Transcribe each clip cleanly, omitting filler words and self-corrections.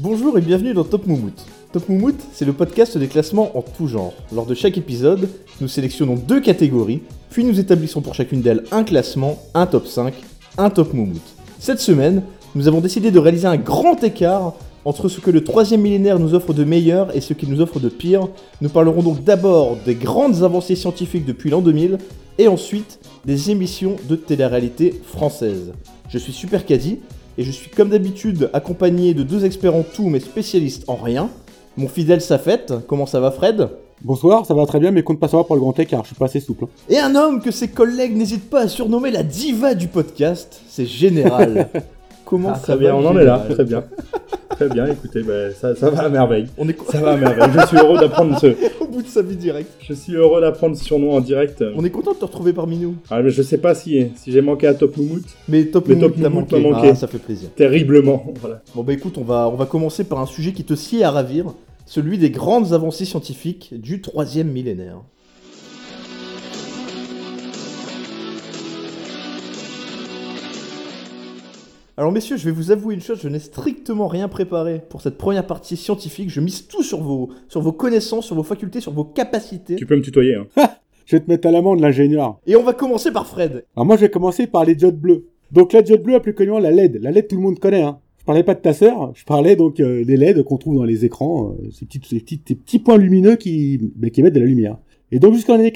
Bonjour et bienvenue dans Top Moumout. Top Moumout, c'est le podcast des classements en tout genre. Lors de chaque épisode, nous sélectionnons 2 catégories, puis nous établissons pour chacune d'elles un classement, un top 5, un Top Moumout. Cette semaine, nous avons décidé de réaliser un grand écart entre ce que le 3e millénaire nous offre de meilleur et ce qu'il nous offre de pire. Nous parlerons donc d'abord des grandes avancées scientifiques depuis l'an 2000 et ensuite des émissions de télé-réalité françaises. Je suis Super Caddy et je suis comme d'habitude accompagné de 2 experts en tout mais spécialistes en rien. Mon fidèle Safet, comment ça va Fred ? Bonsoir, ça va très bien mais compte pas savoir pour le grand écart, je suis pas assez souple. Et un homme que ses collègues n'hésitent pas à surnommer la diva du podcast, c'est Général. Comment ça très va bien, on en est là, très bien. Très bien, écoutez, ça va à merveille. Ça va à merveille, je suis heureux d'apprendre Au bout de sa vie direct. Je suis heureux d'apprendre ce surnom en direct. On est content de te retrouver parmi nous. Ah, mais je sais pas si j'ai manqué à Top Moumout. Mais Top Moumout m'a manqué. Ah, ça fait plaisir. Terriblement, voilà. Bon bah écoute, on va commencer par un sujet qui te sied à ravir, celui des grandes avancées scientifiques du 3e millénaire. Alors messieurs, je vais vous avouer une chose, je n'ai strictement rien préparé pour cette première partie scientifique. Je mise tout sur vos connaissances, sur vos facultés, sur vos capacités. Tu peux me tutoyer, hein. Je vais te mettre à l'amende, l'ingénieur. Et on va commencer par Fred. Alors moi je vais commencer par les diodes bleues. Donc la diode bleue, plus communément la LED. La LED tout le monde connaît, hein. Je parlais pas de ta sœur, je parlais donc des LED qu'on trouve dans les écrans, ces petits points lumineux qui émettent de la lumière. Et donc jusqu'en années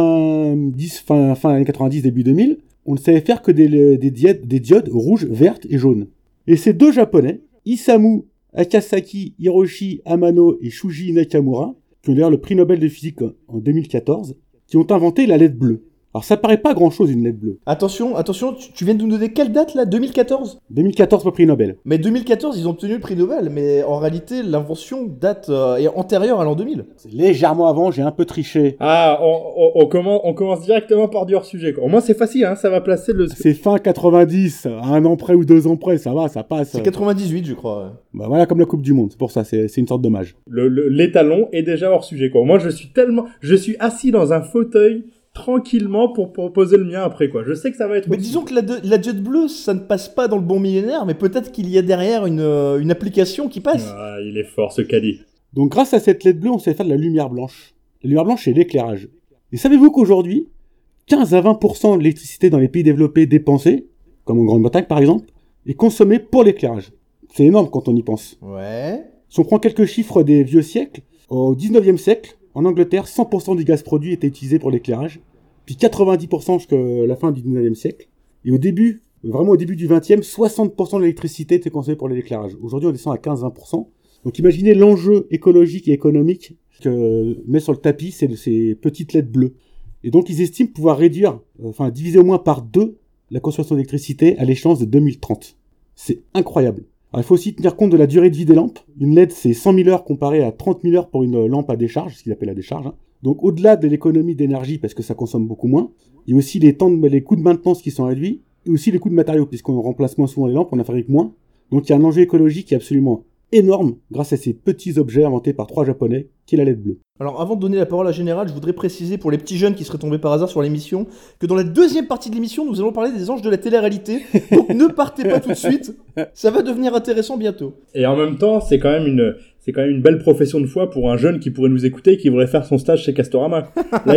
90, fin années 90, début 2000, on ne savait faire que des diodes rouges, vertes et jaunes. Et ces 2 japonais, Isamu Akasaki Hiroshi Amano et Shuji Nakamura, qui ont d'ailleurs le prix Nobel de physique en 2014, qui ont inventé la LED bleue. Alors ça paraît pas grand chose une LED bleue. Attention, tu viens de nous donner quelle date là ? 2014 ? 2014 pour prix Nobel. Mais 2014 ils ont obtenu le prix Nobel, mais en réalité l'invention est antérieure à l'an 2000. C'est légèrement avant, j'ai un peu triché. Ah, on commence directement par du hors-sujet, quoi. Au moins c'est facile, hein, ça va placer le... C'est fin 90, à 1 an près ou 2 ans près, ça va, ça passe. C'est 98 je crois. Ouais. Bah voilà, comme la Coupe du Monde, c'est pour ça, c'est une sorte d'hommage. L'étalon est déjà hors-sujet, quoi. Moi je suis assis dans un fauteuil tranquillement pour poser le mien après, quoi. Je sais que ça va être... Mais disons que la diode bleue, ça ne passe pas dans le bon millénaire, mais peut-être qu'il y a derrière une application qui passe. Ah, il est fort ce Caddy. Donc grâce à cette LED bleue, on sait faire de la lumière blanche. La lumière blanche, c'est l'éclairage. Et savez-vous qu'aujourd'hui, 15 à 20% de l'électricité dans les pays développés dépensée, comme en Grande-Bretagne par exemple, est consommée pour l'éclairage. C'est énorme quand on y pense. Ouais. Si on prend quelques chiffres des vieux siècles, au 19e siècle, en Angleterre, 100% du gaz produit était utilisé pour l'éclairage, puis 90% jusqu'à la fin du 19e siècle. Et vraiment au début du 20e, 60% de l'électricité était consommée pour l'éclairage. Aujourd'hui, on descend à 15-20%. Donc imaginez l'enjeu écologique et économique que met sur le tapis ces petites LED bleues. Et donc ils estiment pouvoir diviser au moins par 2 la consommation d'électricité à l'échéance de 2030. C'est incroyable. Alors, il faut aussi tenir compte de la durée de vie des lampes. Une LED, c'est 100 000 heures comparé à 30 000 heures pour une lampe à décharge, ce qu'ils appellent la décharge. Hein. Donc, au-delà de l'économie d'énergie, parce que ça consomme beaucoup moins, il y a aussi les coûts de maintenance qui sont réduits, et aussi les coûts de matériaux, puisqu'on remplace moins souvent les lampes, on en fabrique moins. Donc, il y a un enjeu écologique qui est absolument énorme grâce à ces petits objets inventés par 3 Japonais, qui est la LED bleue. Alors avant de donner la parole à Général, je voudrais préciser pour les petits jeunes qui seraient tombés par hasard sur l'émission, que dans la 2e partie de l'émission, nous allons parler des anges de la télé-réalité, donc ne partez pas tout de suite, ça va devenir intéressant bientôt. Et en même temps, c'est quand même une belle profession de foi pour un jeune qui pourrait nous écouter et qui voudrait faire son stage chez Castorama. Là,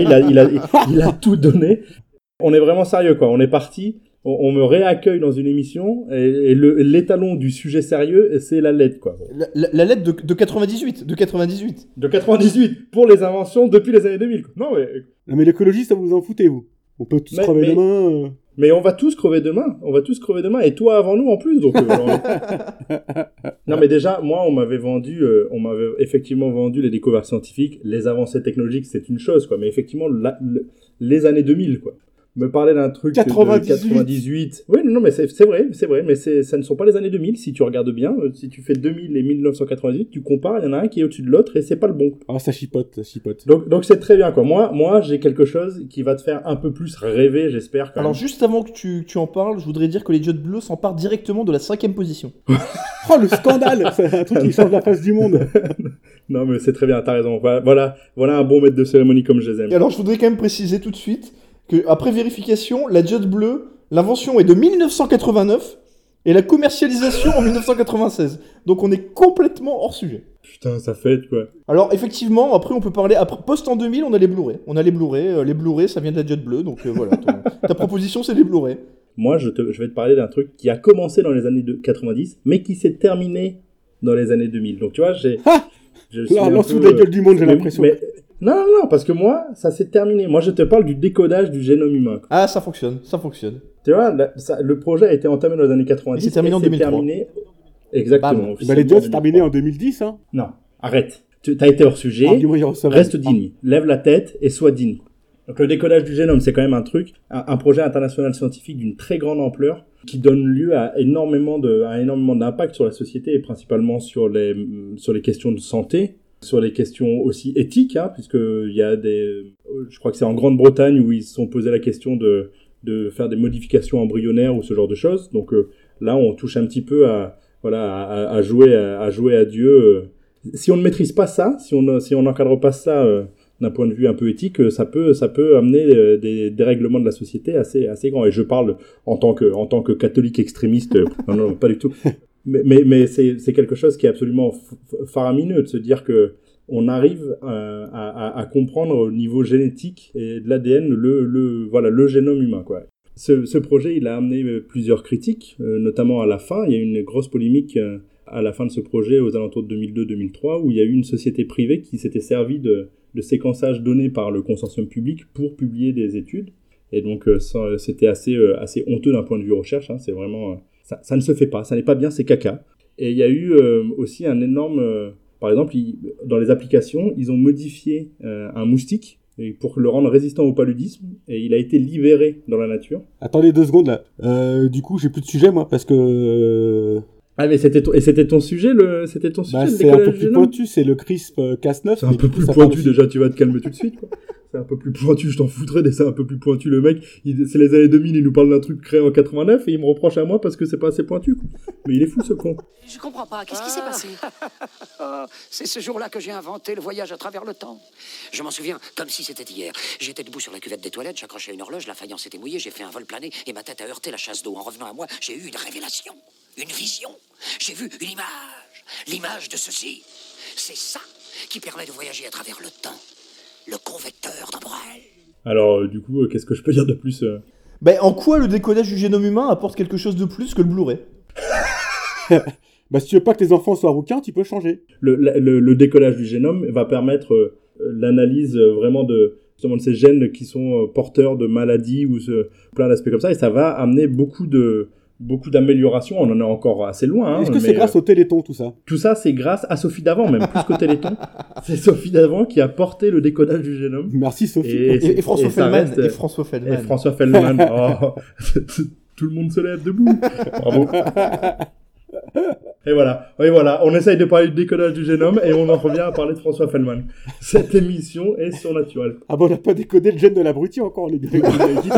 il a tout donné. On est vraiment sérieux, quoi. On est parti. On me réaccueille dans une émission et l'étalon du sujet sérieux, c'est la LED, quoi. La LED de 98. De 98 pour les inventions depuis les années 2000, quoi. Non, mais l'écologie, ça vous en foutez, vous. On peut tous crever demain. Mais on va tous crever demain. Et toi avant nous en plus. Donc, Non, mais déjà, moi, on m'avait effectivement vendu les découvertes scientifiques, les avancées technologiques, c'est une chose, quoi. Mais effectivement, les années 2000, quoi. Me parler d'un truc 98. Oui, non, mais c'est vrai, mais ça ne sont pas les années 2000, si tu regardes bien. Si tu fais 2000 et 1998, tu compares, il y en a un qui est au-dessus de l'autre et c'est pas le bon. Ah, ça chipote. Donc c'est très bien, quoi. Moi, j'ai quelque chose qui va te faire un peu plus rêver, j'espère. Alors, juste avant que tu en parles, je voudrais dire que les diodes bleus s'emparent directement de la 5e position. Oh, le scandale. C'est un truc qui change la face du monde. Non, mais c'est très bien, t'as raison. Voilà un bon maître de cérémonie comme je les aime. Et alors, je voudrais quand même préciser tout de suite que, après vérification, la diode bleue, l'invention est de 1989 et la commercialisation en 1996. Donc on est complètement hors sujet. Putain, ça fête, quoi. Alors effectivement, après on peut parler, post en 2000, on a les Blu-ray. Les Blu-ray ça vient de la Jet Bleu, donc voilà, ta proposition c'est les Blu-ray. Moi, je vais te parler d'un truc qui a commencé dans les années 90, mais qui s'est terminé dans les années 2000. Donc tu vois, Là, sous la gueule du monde, j'ai l'impression. Mais... Non, parce que moi, ça s'est terminé. Moi, je te parle du décodage du génome humain. Ah, ça fonctionne. Tu vois, le projet a été entamé dans les années 90. Et c'est terminé en 2003. Exactement. Les deux, c'est terminé en 2010, hein. Non, arrête. Tu as été hors sujet. Reste digne. Lève la tête et sois digne. Donc le décodage du génome, c'est quand même un projet international scientifique d'une très grande ampleur qui donne lieu à énormément d'impact sur la société et principalement sur les questions de santé, sur les questions aussi éthiques, hein, puisque je crois que c'est en Grande-Bretagne où ils se sont posé la question de faire des modifications embryonnaires ou ce genre de choses. Donc là, on touche un petit peu à jouer à Dieu. Si on ne maîtrise pas ça, si on n'encadre pas ça d'un point de vue un peu éthique, ça peut amener des dérèglements de la société assez grands. Et je parle en tant que catholique extrémiste, non, pas du tout. Mais c'est quelque chose qui est absolument faramineux de se dire que on arrive à comprendre au niveau génétique et de l'ADN le génome humain, quoi. Ce projet, il a amené plusieurs critiques, notamment à la fin. Il y a eu une grosse polémique à la fin de ce projet, aux alentours de 2002-2003, où il y a eu une société privée qui s'était servie de séquençage donné par le consortium public pour publier des études. Et donc, c'était assez honteux d'un point de vue recherche. Hein. C'est vraiment... ça ne se fait pas, ça n'est pas bien, c'est caca. Et il y a eu aussi un énorme... par exemple, dans les applications, ils ont modifié un moustique pour le rendre résistant au paludisme, et il a été libéré dans la nature. Attendez 2 secondes, là. Du coup, j'ai plus de sujet, moi, parce que... Ah, mais c'était ton sujet, c'était ton sujet, c'est un peu plus pointu, c'est le CRISPR-Cas9. C'est un peu plus pointu, déjà, tu vas te calmer tout de suite, quoi. C'est un peu plus pointu, je t'en foutrais, mais c'est un peu plus pointu, le mec, c'est les années 2000, il nous parle d'un truc créé en 89, et il me reproche à moi parce que c'est pas assez pointu, quoi. Mais il est fou, ce con. Je comprends pas, qu'est-ce qui s'est passé? C'est ce jour-là que j'ai inventé le voyage à travers le temps. Je m'en souviens comme si c'était hier. J'étais debout sur la cuvette des toilettes, j'accrochais une horloge, la faïence était mouillée, j'ai fait un vol plané, et ma tête a heurté la chasse d'eau. En revenant à moi, j'ai eu une révélation. Une vision. J'ai vu une image. L'image de ceci. C'est ça qui permet de voyager à travers le temps. Le convecteur temporel. Alors, du coup, qu'est-ce que je peux dire de plus En quoi le décodage du génome humain apporte quelque chose de plus que le Blu-ray? Si tu veux pas que tes enfants soient rouquins, tu peux changer. Le décodage du génome va permettre l'analyse vraiment de ces gènes qui sont porteurs de maladies ou plein d'aspects comme ça, et ça va amener beaucoup d'améliorations. On en est encore assez loin. Est-ce que c'est grâce au Téléthon, tout ça? Tout ça, c'est grâce à Sophie Davant, même plus qu'au Téléthon. C'est Sophie Davant qui a porté le décodage du génome. Merci, Sophie. Et François Feldman. Et François Feldman. Oh, tout le monde se lève debout. Bravo. Et voilà, on essaye de parler du décodage du génome et on en revient à parler de François Feldman. Cette émission est surnaturelle. Ah bon, on n'a pas décodé le gène de l'abruti encore, les gars.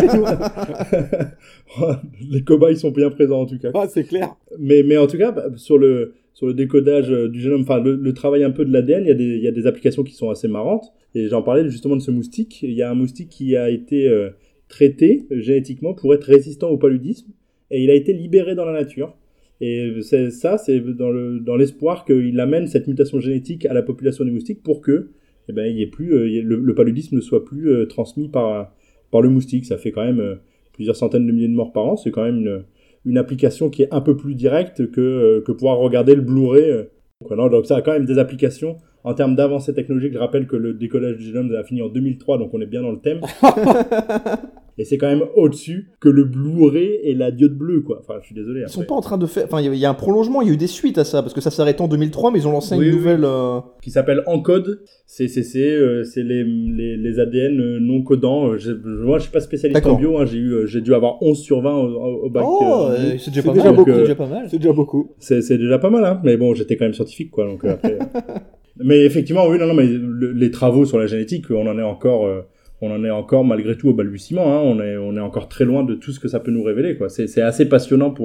Les cobayes sont bien présents en tout cas. Ah, c'est clair. Mais en tout cas, sur le décodage du génome, enfin le travail un peu de l'ADN, il y a des applications qui sont assez marrantes. Et j'en parlais justement de ce moustique. Il y a un moustique qui a été traité génétiquement pour être résistant au paludisme et il a été libéré dans la nature. Et c'est dans l'espoir qu'il amène cette mutation génétique à la population des moustiques pour que il y ait plus le paludisme ne soit plus transmis par le moustique. Ça fait quand même plusieurs centaines de milliers de morts par an. C'est quand même une application qui est un peu plus directe que pouvoir regarder le Blu-ray. Donc ça a quand même des applications en termes d'avancée technologique. Je rappelle que le décollage du génome a fini en 2003, donc on est bien dans le thème. Et c'est quand même au-dessus que le Blu-ray et la diode bleue, quoi. Enfin, je suis désolé. Ils sont pas en train de faire... Enfin, il y a un prolongement, il y a eu des suites à ça, parce que ça s'arrête en 2003, mais ils ont lancé une nouvelle... Qui s'appelle Encode. C'est les ADN non codants. Moi, je suis pas spécialiste en bio. Hein. J'ai dû avoir 11 sur 20 au bac. C'est déjà pas mal. C'est déjà pas mal. C'est déjà beaucoup. C'est déjà pas mal, hein. Mais bon, j'étais quand même scientifique, quoi. Donc après... Mais effectivement, oui, non, mais les travaux sur la génétique, on en est encore malgré tout au balbutiement, hein. On est encore très loin de tout ce que ça peut nous révéler, quoi. C'est assez passionnant pour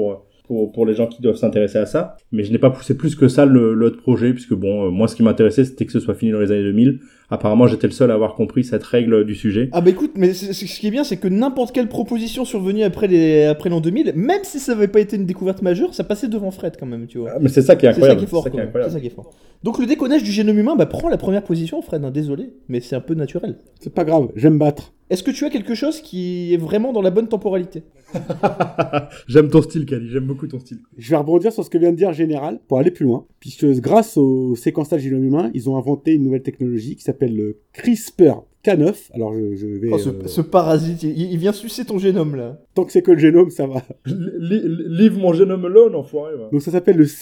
pour les gens qui doivent s'intéresser à ça. Mais je n'ai pas poussé plus que ça l'autre projet, puisque moi, ce qui m'intéressait, c'était que ce soit fini dans les années 2000. Apparemment, j'étais le seul à avoir compris cette règle du sujet. Ah bah écoute, mais ce qui est bien, c'est que n'importe quelle proposition survenue après l'an 2000, même si ça n'avait pas été une découverte majeure, ça passait devant Fred quand même, tu vois. Ah, mais c'est ça qui est incroyable. C'est ça qui est fort. Donc le déconnage du génome humain prend la première position, Fred, hein, désolé, mais c'est un peu naturel. C'est pas grave, j'aime battre. Est-ce que tu as quelque chose qui est vraiment dans la bonne temporalité? J'aime ton style, Kali, j'aime beaucoup ton style. Je vais rebondir sur ce que vient de dire Général pour aller plus loin, puisque grâce au séquençage du génome humain, ils ont inventé une nouvelle technologie qui s'appelle le CRISPR-Cas9. Alors je vais... ce parasite, il vient sucer ton génome là. Tant que c'est que le génome, ça va. Leave mon génome alone, enfoiré. Va. Donc ça s'appelle le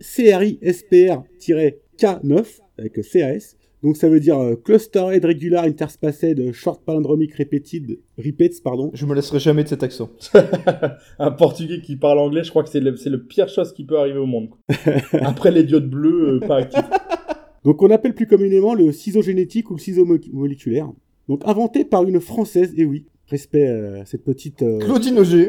CRISPR-Cas9, avec CAS. Donc ça veut dire Clustered Regular Interspaced Short Palindromic Repeats, pardon. Je me laisserai jamais de cet accent. Un Portugais qui parle anglais, je crois que c'est le pire chose qui peut arriver au monde. Après les diodes bleues, pas actifs. Donc on appelle plus communément le ciseau génétique ou le ciseau moléculaire. Donc inventé par une Française, et oui, respect à cette petite... Claudine Auger.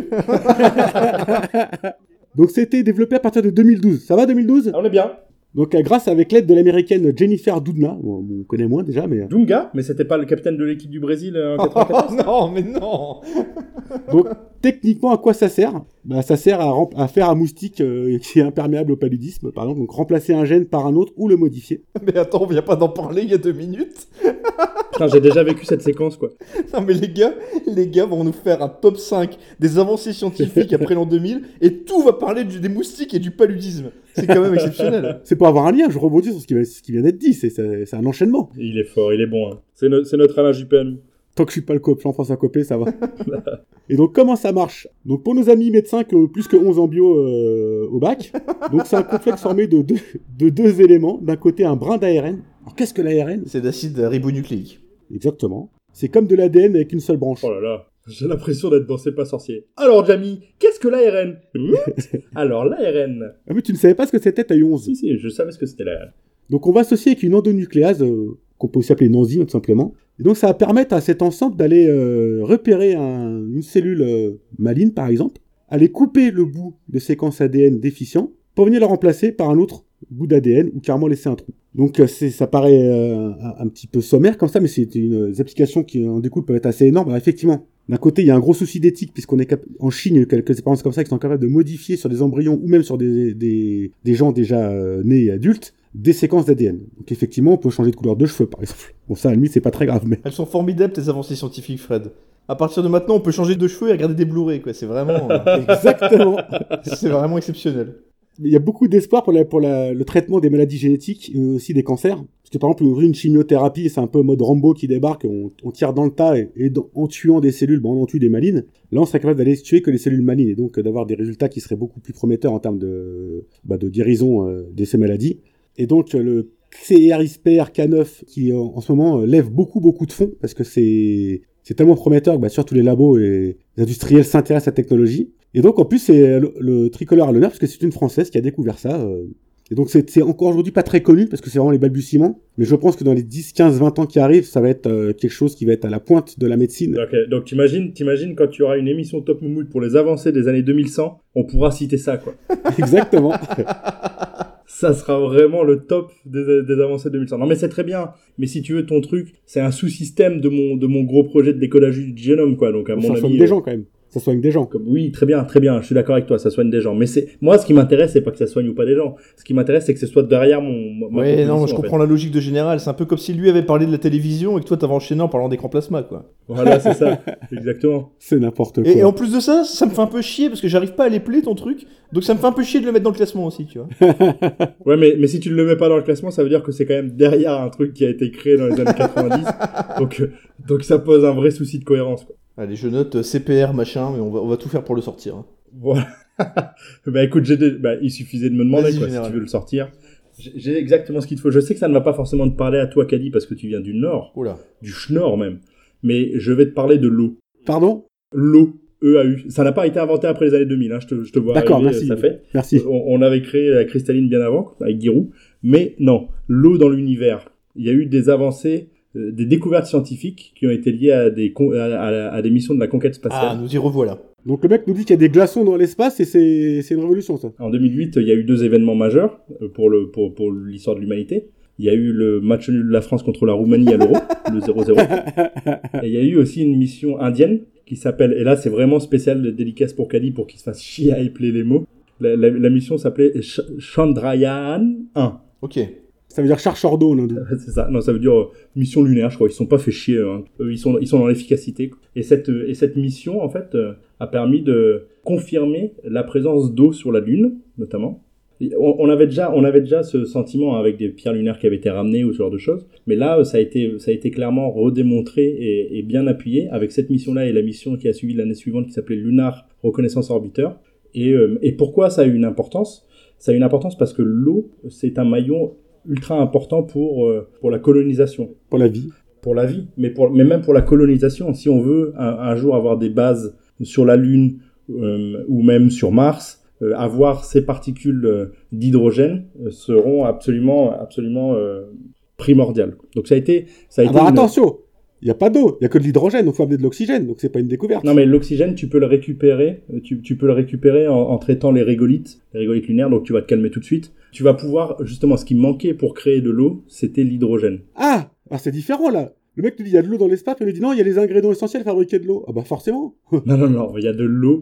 Donc c'était développé à partir de 2012. Ça va 2012 ? On est bien. Donc grâce avec l'aide de l'américaine Jennifer Doudna, on connaît moins déjà, mais... Dunga, mais c'était pas le capitaine de l'équipe du Brésil en 94. Non, mais non. Donc techniquement, à quoi ça sert ? Ça sert à faire un moustique qui est imperméable au paludisme, par exemple, donc remplacer un gène par un autre ou le modifier. Mais attends, on vient pas d'en parler il y a 2 minutes. Putain, j'ai déjà vécu cette séquence, quoi. Non mais les gars vont nous faire un top 5 des avancées scientifiques après l'an 2000 et tout va parler des moustiques et du paludisme. C'est quand même exceptionnel. C'est pour avoir un lien, je rebondis sur ce qui vient d'être dit, c'est un enchaînement. Il est fort, il est bon. Hein. C'est notre Alain Juppé à nous. Tant que je suis pas le Jean-François Copé, ça va. Et donc, comment ça marche ? Donc, pour nos amis médecins qui ont plus que 11 en bio au bac, donc c'est un complexe formé de deux éléments. D'un côté, un brin d'ARN. Alors, qu'est-ce que l'ARN ? C'est d'acide ribonucléique. Exactement. C'est comme de l'ADN avec une seule branche. Oh là là, j'ai l'impression d'être dans C'est pas sorcier. Alors, Jamie, qu'est-ce que l'ARN ? Alors, l'ARN... Ah mais tu ne savais pas ce que c'était, t'as eu 11. Si, je savais ce que c'était l'ARN. Donc, on va associer avec une endonucléase, qu'on peut aussi appeler une enzyme, tout simplement. Et donc, ça va permettre à cet ensemble d'aller repérer une cellule maligne, par exemple, aller couper le bout de séquence ADN déficient pour venir le remplacer par un autre bout d'ADN ou carrément laisser un trou. Donc, ça paraît un petit peu sommaire comme ça, mais c'est une application qui en découle peuvent être assez énormes. Alors, effectivement, d'un côté, il y a un gros souci d'éthique, puisqu'on est en Chine, il y a quelques expériences comme ça qui sont capables de modifier sur des embryons ou même sur des gens déjà nés et adultes, des séquences d'ADN. Donc effectivement, on peut changer de couleur de cheveux, par exemple. Bon, ça, à la limite, c'est pas très grave, mais... Elles sont formidables, tes avancées scientifiques, Fred. À partir de maintenant, on peut changer de cheveux et regarder des Blu-ray, quoi. C'est vraiment... Exactement. C'est vraiment exceptionnel. Il y a beaucoup d'espoir pour le traitement des maladies génétiques et aussi des cancers. Parce que par exemple, une chimiothérapie, c'est un peu mode Rambo qui débarque, on tire dans le tas et en tuant des cellules, on en tue des malignes. Là, on serait capable d'aller tuer que les cellules malignes et donc d'avoir des résultats qui seraient beaucoup plus prometteurs en termes de guérison de ces maladies. Et donc, le CRISPR-Cas9 qui, en ce moment, lève beaucoup de fonds parce que c'est tellement prometteur que surtout les labos et les industriels s'intéressent à la technologie. Et donc, en plus, c'est le tricolore à l'honneur parce que c'est une Française qui a découvert ça. Et donc, c'est encore aujourd'hui pas très connu parce que c'est vraiment les balbutiements. Mais je pense que dans les 10, 15, 20 ans qui arrivent, ça va être quelque chose qui va être à la pointe de la médecine. Okay. Donc, t'imagines quand tu auras une émission Top Moumout pour les avancées des années 2100, on pourra citer ça, quoi. Exactement. Ça sera vraiment le top des avancées 2100. Non mais c'est très bien. Mais si tu veux, ton truc, c'est un sous-système de mon gros projet de décollage du génome, quoi. Donc à mon avis, soigne des gens quand même. Ça soigne des gens. Oui, très bien. Je suis d'accord avec toi. Ça soigne des gens. Mais moi, ce qui m'intéresse, c'est pas que ça soigne ou pas des gens. Ce qui m'intéresse, c'est que ce soit derrière ma ouais, non, je comprends la logique de Général. C'est un peu comme si lui avait parlé de la télévision et que toi t'avais enchaîné en parlant d'écran plasma, quoi. Voilà, c'est ça. Exactement. C'est n'importe quoi. Et en plus de ça, ça me fait un peu chier parce que j'arrive pas à les player ton truc. Donc ça me fait un peu chier de le mettre dans le classement aussi, tu vois. Ouais, mais si tu le mets pas dans le classement, ça veut dire que c'est quand même derrière un truc qui a été créé dans les années 90. Donc ça pose un vrai souci de cohérence, quoi. Allez, je note CPR machin, mais on va tout faire pour le sortir. Hein. Voilà. Écoute, il suffisait de me demander, quoi, si tu veux le sortir. J'ai exactement ce qu'il te faut. Je sais que ça ne va pas forcément te parler à toi, Kadi, parce que tu viens du Nord. Oula. Du Schnorr même. Mais je vais te parler de l'eau. Pardon ? L'eau. EAU. Ça n'a pas été inventé après les années 2000, hein. Je te vois D'accord, arriver, merci. ça fait. Merci. On avait créé la cristalline bien avant, avec Giroud. Mais non, l'eau dans l'univers. Il y a eu des avancées, des découvertes scientifiques qui ont été liées à des missions de la conquête spatiale. Ah, nous y revoilà. Donc le mec nous dit qu'il y a des glaçons dans l'espace et c'est une révolution, ça. En 2008, il y a eu 2 événements majeurs pour l'histoire de l'humanité. Il y a eu le match nul de la France contre la Roumanie à l'Euro, le 0-0. Et il y a eu aussi une mission indienne qui s'appelle, et là c'est vraiment spécial de dédicace pour Kali pour qu'il se fasse chier à épeler les mots. La mission s'appelait Chandrayaan 1. Ok. Ça veut dire chercheur d'eau, non? C'est ça. Non, ça veut dire mission lunaire, je crois. Ils se sont pas fait chier. Hein. Eux, ils sont dans l'efficacité. Et cette mission, en fait, a permis de confirmer la présence d'eau sur la Lune, notamment. Et on avait déjà ce sentiment avec des pierres lunaires qui avaient été ramenées ou ce genre de choses. Mais là, ça a été clairement redémontré et bien appuyé avec cette mission-là et la mission qui a suivi l'année suivante qui s'appelait Lunar Reconnaissance Orbiter. Et pourquoi ça a eu une importance? Ça a eu une importance parce que l'eau, c'est un maillon ultra important pour la colonisation. Pour la vie. Pour la vie, mais même pour la colonisation. Si on veut un jour avoir des bases sur la Lune ou même sur Mars, avoir ces particules d'hydrogène seront absolument primordiales. Donc ça a été attention, il n'y a pas d'eau, il n'y a que de l'hydrogène, donc il faut amener de l'oxygène, donc c'est pas une découverte. Non, mais l'oxygène, tu peux le récupérer, tu peux le récupérer en traitant les régolithes lunaires, donc tu vas te calmer tout de suite. Tu vas pouvoir, justement, ce qui manquait pour créer de l'eau, c'était l'hydrogène. Ah, c'est différent, là. Le mec te dit, il y a de l'eau dans l'espace, et il lui dit, non, il y a les ingrédients essentiels à fabriquer de l'eau. Ah bah forcément. Non, il y a de l'eau,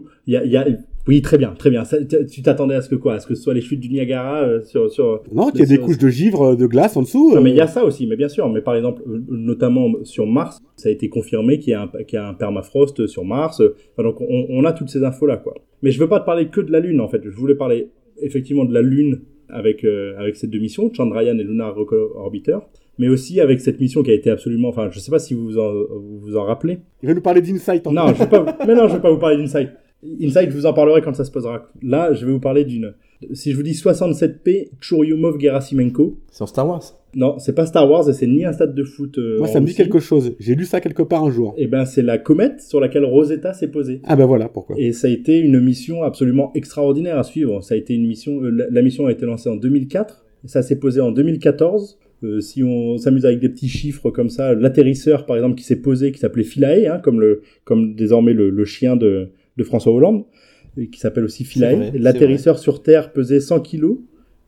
oui, très bien. Ça, tu t'attendais à ce que quoi? À ce que ce soit les chutes du Niagara sur... Non, qu'il y a des couches de givre, de glace en dessous. Non, mais il y a ça aussi, mais bien sûr. Mais par exemple, notamment sur Mars, ça a été confirmé qu'il y a un permafrost sur Mars. Enfin, donc on a toutes ces infos-là, quoi. Mais je veux pas te parler que de la Lune, en fait. Je voulais parler effectivement de la Lune avec ces 2 missions, Chandrayaan et Lunar Orbiter, mais aussi avec cette mission qui a été absolument... Enfin, je sais pas si vous en rappelez. Il va nous parler d'Insight. Non, je vais pas vous parler d'Insight. Insight, je vous en parlerai quand ça se posera. Là, je vais vous parler si je vous dis 67P Churyumov-Gerasimenko. C'est en Star Wars. Non, c'est pas Star Wars et c'est ni un stade de foot. Moi, ça me dit quelque chose. J'ai lu ça quelque part un jour. Et ben, c'est la comète sur laquelle Rosetta s'est posée. Ah ben voilà, pourquoi. Et ça a été une mission absolument extraordinaire à suivre. Ça a été une mission, la mission a été lancée en 2004. Ça s'est posé en 2014. Si on s'amuse avec des petits chiffres comme ça, l'atterrisseur, par exemple, qui s'est posé, qui s'appelait Philae, hein, comme désormais le chien de François Hollande, qui s'appelle aussi Philae. L'atterrisseur sur Terre pesait 100 kilos.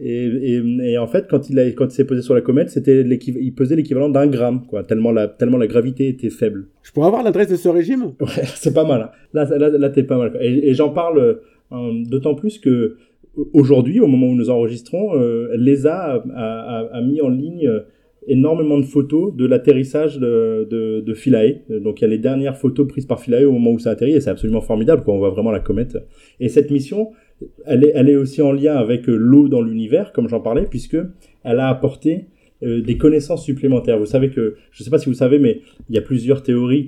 Et en fait, quand il s'est posé sur la comète, il pesait l'équivalent d'1 gramme, quoi, tellement la gravité était faible. Je pourrais avoir l'adresse de ce régime? Ouais, c'est pas mal. Hein. Là, t'es pas mal. Quoi. Et j'en parle d'autant plus que aujourd'hui, au moment où nous enregistrons, l'ESA a mis en ligne énormément de photos de l'atterrissage de Philae. Donc il y a les dernières photos prises par Philae au moment où ça atterrit et c'est absolument formidable, quoi. On voit vraiment la comète. Et cette mission, elle est aussi en lien avec l'eau dans l'univers, comme j'en parlais, puisque elle a apporté des connaissances supplémentaires. Vous savez que, je ne sais pas si vous savez, mais il y a plusieurs théories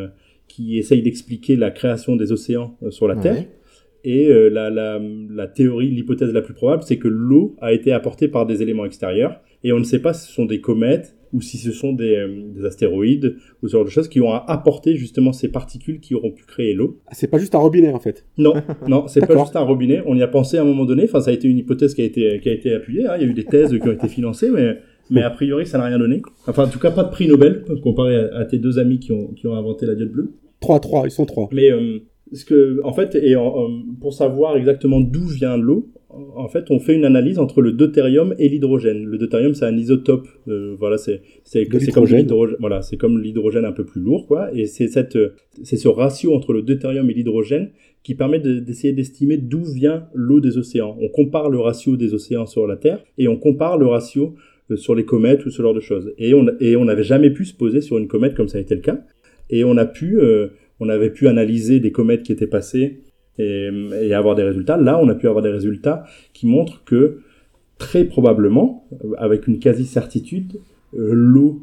qui essayent d'expliquer la création des océans sur la Terre. Et la théorie, l'hypothèse la plus probable, c'est que l'eau a été apportée par des éléments extérieurs. Et on ne sait pas si ce sont des comètes ou si ce sont des astéroïdes ou ce genre de choses qui ont apporté justement ces particules qui auront pu créer l'eau. Ah, c'est pas juste un robinet en fait. Non, c'est pas juste un robinet. On y a pensé à un moment donné. Enfin, ça a été une hypothèse qui a été appuyée. Hein. Il y a eu des thèses qui ont été financées, mais a priori, ça n'a rien donné. Enfin, en tout cas, pas de prix Nobel comparé à tes 2 amis qui ont inventé la diode bleue. 3, ils sont 3. Mais en fait, pour savoir exactement d'où vient l'eau, en fait, on fait une analyse entre le deutérium et l'hydrogène. Le deutérium, c'est un isotope. Voilà, c'est comme l'hydrogène. Voilà, c'est comme l'hydrogène un peu plus lourd, quoi. Et c'est ce ratio entre le deutérium et l'hydrogène qui permet d'essayer d'estimer d'où vient l'eau des océans. On compare le ratio des océans sur la Terre et on compare le ratio sur les comètes ou ce genre de choses. Et on n'avait jamais pu se poser sur une comète comme ça a été le cas. Et on avait pu analyser des comètes qui étaient passées et avoir des résultats. Là, on a pu avoir des résultats qui montrent que, très probablement, avec une quasi-certitude, l'eau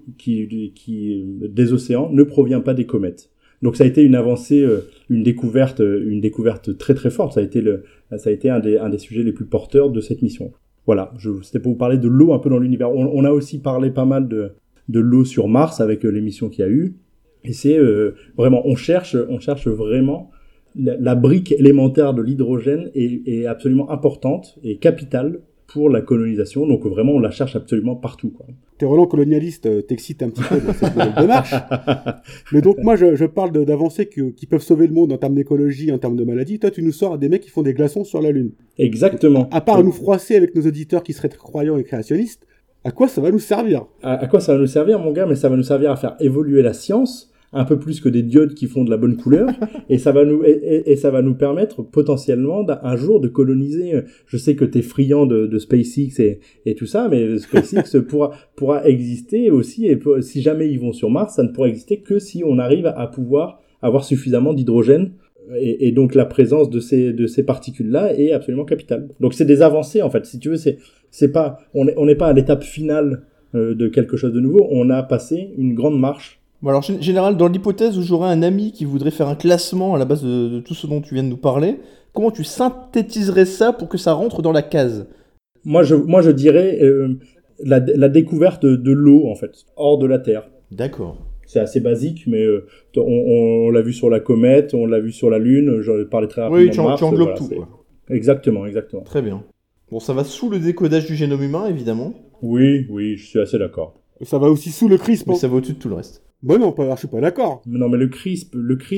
des océans ne provient pas des comètes. Donc ça a été une avancée, une découverte très très forte. Ça a été un des sujets les plus porteurs de cette mission. Voilà, c'était pour vous parler de l'eau un peu dans l'univers. On a aussi parlé pas mal de l'eau sur Mars avec l'émission qu'il y a eu. Et c'est vraiment, on cherche vraiment la brique élémentaire de l'hydrogène est absolument importante et capitale pour la colonisation. Donc vraiment, on la cherche absolument partout, quoi. T'es Roland colonialiste, t'excites un petit peu dans cette nouvelle démarche. Mais donc moi, je parle d'avancées qui peuvent sauver le monde en termes d'écologie, en termes de maladies. Toi, tu nous sors des mecs qui font des glaçons sur la Lune. Exactement. À part nous froisser avec nos auditeurs qui seraient croyants et créationnistes, à quoi ça va nous servir? À quoi ça va nous servir, mon gars? Mais ça va nous servir à faire évoluer la science, un peu plus que des diodes qui font de la bonne couleur, et ça va nous permettre potentiellement un jour de coloniser. Je sais que t'es friand de SpaceX et tout ça, mais SpaceX pourra exister aussi, et si jamais ils vont sur Mars, ça ne pourra exister que si on arrive à pouvoir avoir suffisamment d'hydrogène, et donc la présence de ces particules-là est absolument capitale. Donc c'est des avancées, en fait. Si tu veux, c'est pas, on n'est pas à l'étape finale de quelque chose de nouveau, on a passé une grande marche. Bon alors, général, dans l'hypothèse où j'aurais un ami qui voudrait faire un classement à la base de tout ce dont tu viens de nous parler, comment tu synthétiserais ça pour que ça rentre dans la case? Moi, je dirais la découverte de l'eau, en fait, hors de la Terre. D'accord. C'est assez basique, mais on l'a vu sur la comète, on l'a vu sur la Lune, j'en ai parlé très rapidement de Mars. Tu englobes tout, quoi. Exactement. Très bien. Bon, ça va sous le décodage du génome humain, évidemment. Oui, je suis assez d'accord. Ça va aussi sous le CRISP. Mais ça va au-dessus de tout le reste. Bon non, je suis pas d'accord. Non, mais le CRISP,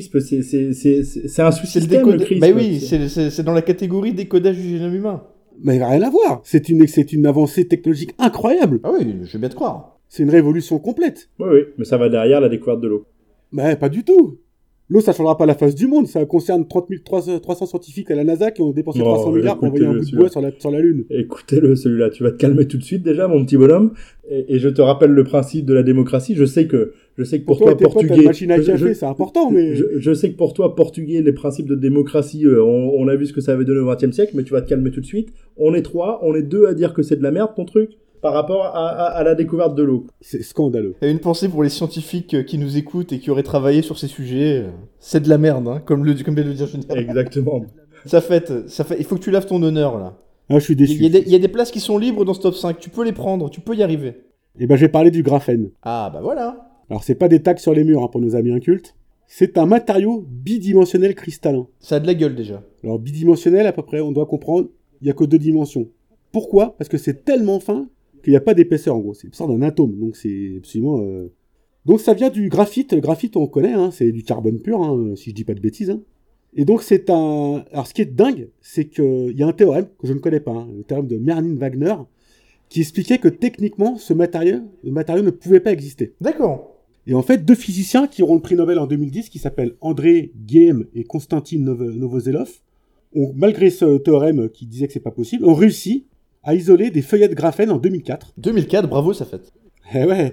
c'est un sous-système, le CRISP. Bah oui, c'est dans la catégorie décodage du génome humain. Mais il va rien à voir. C'est une avancée technologique incroyable. Ah oui, je vais bien te croire. C'est une révolution complète. Oui, mais ça va derrière la découverte de l'eau. Mais pas du tout. L'eau, ça changera pas la face du monde. Ça concerne 300 scientifiques à la NASA qui ont dépensé 300 milliards pour envoyer un bout de bois sur la Lune. Écoutez-le, celui-là. Tu vas te calmer tout de suite déjà, mon petit bonhomme. Et je te rappelle le principe de la démocratie. Je sais que pour toi, portugais... machine à café, c'est important, mais... Je sais que pour toi, portugais, les principes de démocratie, on a vu ce que ça avait donné au XXe siècle, mais tu vas te calmer tout de suite. On est 3, on est 2 à dire que c'est de la merde, ton truc, par rapport à la découverte de l'eau. C'est scandaleux. Et une pensée pour les scientifiques qui nous écoutent et qui auraient travaillé sur ces sujets. C'est de la merde, hein, comme vient de le dire Général. Exactement. Ça fait... Il faut que tu laves ton honneur, là. Ah, je suis déçu. Il y a des places qui sont libres dans ce top 5. Tu peux les prendre, tu peux y arriver. Et ben, je vais parler du graphène. Ah, bah voilà. Alors, c'est pas des tags sur les murs, hein, pour nos amis incultes. C'est un matériau bidimensionnel cristallin. Ça a de la gueule, déjà. Alors, bidimensionnel, à peu près, on doit comprendre, il y a que 2 dimensions. Pourquoi? Parce que c'est tellement fin qu'il n'y a pas d'épaisseur, en gros. C'est une sorte d'un atome, donc c'est absolument... Donc, ça vient du graphite. Le graphite, on connaît, hein, c'est du carbone pur, hein, si je dis pas de bêtises, hein. Et donc, c'est un... Alors, ce qui est dingue, c'est qu'il y a un théorème que je ne connais pas, hein, le théorème de Merlin-Wagner, qui expliquait que techniquement, le matériau ne pouvait pas exister. D'accord. Et en fait, 2 physiciens qui auront le prix Nobel en 2010, qui s'appellent André Geim et Konstantin Novoselov, ont, malgré ce théorème qui disait que c'est pas possible, ont réussi à isoler des feuillets de graphène en 2004. 2004, bravo, ça fait. Eh ouais.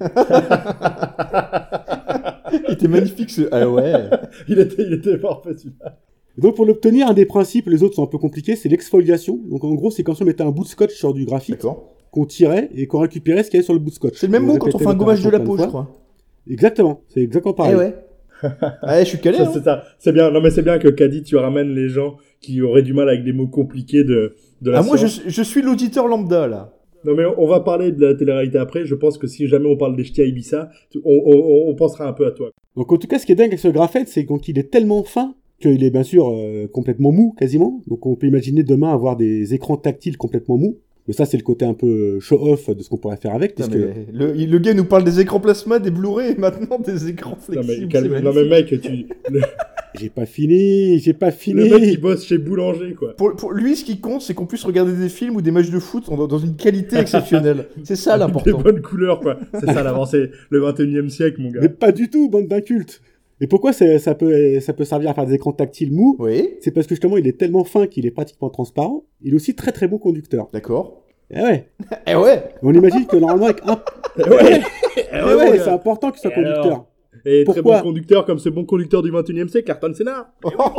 Il était magnifique, ce... Ah ouais. Il était parfait, celui-là. Et donc, pour l'obtenir, un des principes, les autres sont un peu compliqués, c'est l'exfoliation. Donc, en gros, c'est quand on mettait un bout de scotch sur du graphite, qu'on tirait et qu'on récupérait ce qu'il y avait sur le bout de scotch. C'est le même mot quand on fait un gommage de la peau, je crois. Exactement, c'est exactement pareil. Eh ouais. Ah, je suis calé. Ça, c'est ça. C'est bien. Non, mais c'est bien que Caddy, tu ramènes les gens qui auraient du mal avec des mots compliqués de la moi, science. je suis l'auditeur lambda, là. Non, mais on va parler de la télé-réalité après. Je pense que si jamais on parle des ch'tis à Ibiza, on pensera un peu à toi. Donc, en tout cas, ce qui est dingue avec ce graphène, c'est qu'il est tellement fin qu'il est bien sûr complètement mou, quasiment. Donc, on peut imaginer demain avoir des écrans tactiles complètement mous. Mais ça, c'est le côté un peu show-off de ce qu'on pourrait faire avec. Puisque... le gars nous parle des écrans plasma, des Blu-ray, et maintenant des écrans flexibles. Non mais mec, J'ai pas fini. Le mec, il bosse chez Boulanger, quoi. Pour lui, ce qui compte, c'est qu'on puisse regarder des films ou des matchs de foot dans une qualité exceptionnelle. C'est ça l'important. Des bonnes couleurs, quoi. C'est ça l'avancée, le 21e siècle, mon gars. Mais pas du tout, bande d'incultes. Et pourquoi ça peut servir à faire des écrans tactiles mous? Oui. C'est parce que justement, il est tellement fin qu'il est pratiquement transparent. Il est aussi très très bon conducteur. D'accord. Eh ouais. Eh ouais. On imagine que normalement avec un... ouais, c'est important qu'il soit conducteur. Alors et pourquoi? très bon conducteur comme ce bon conducteur du 21e siècle, Ayrton Senna.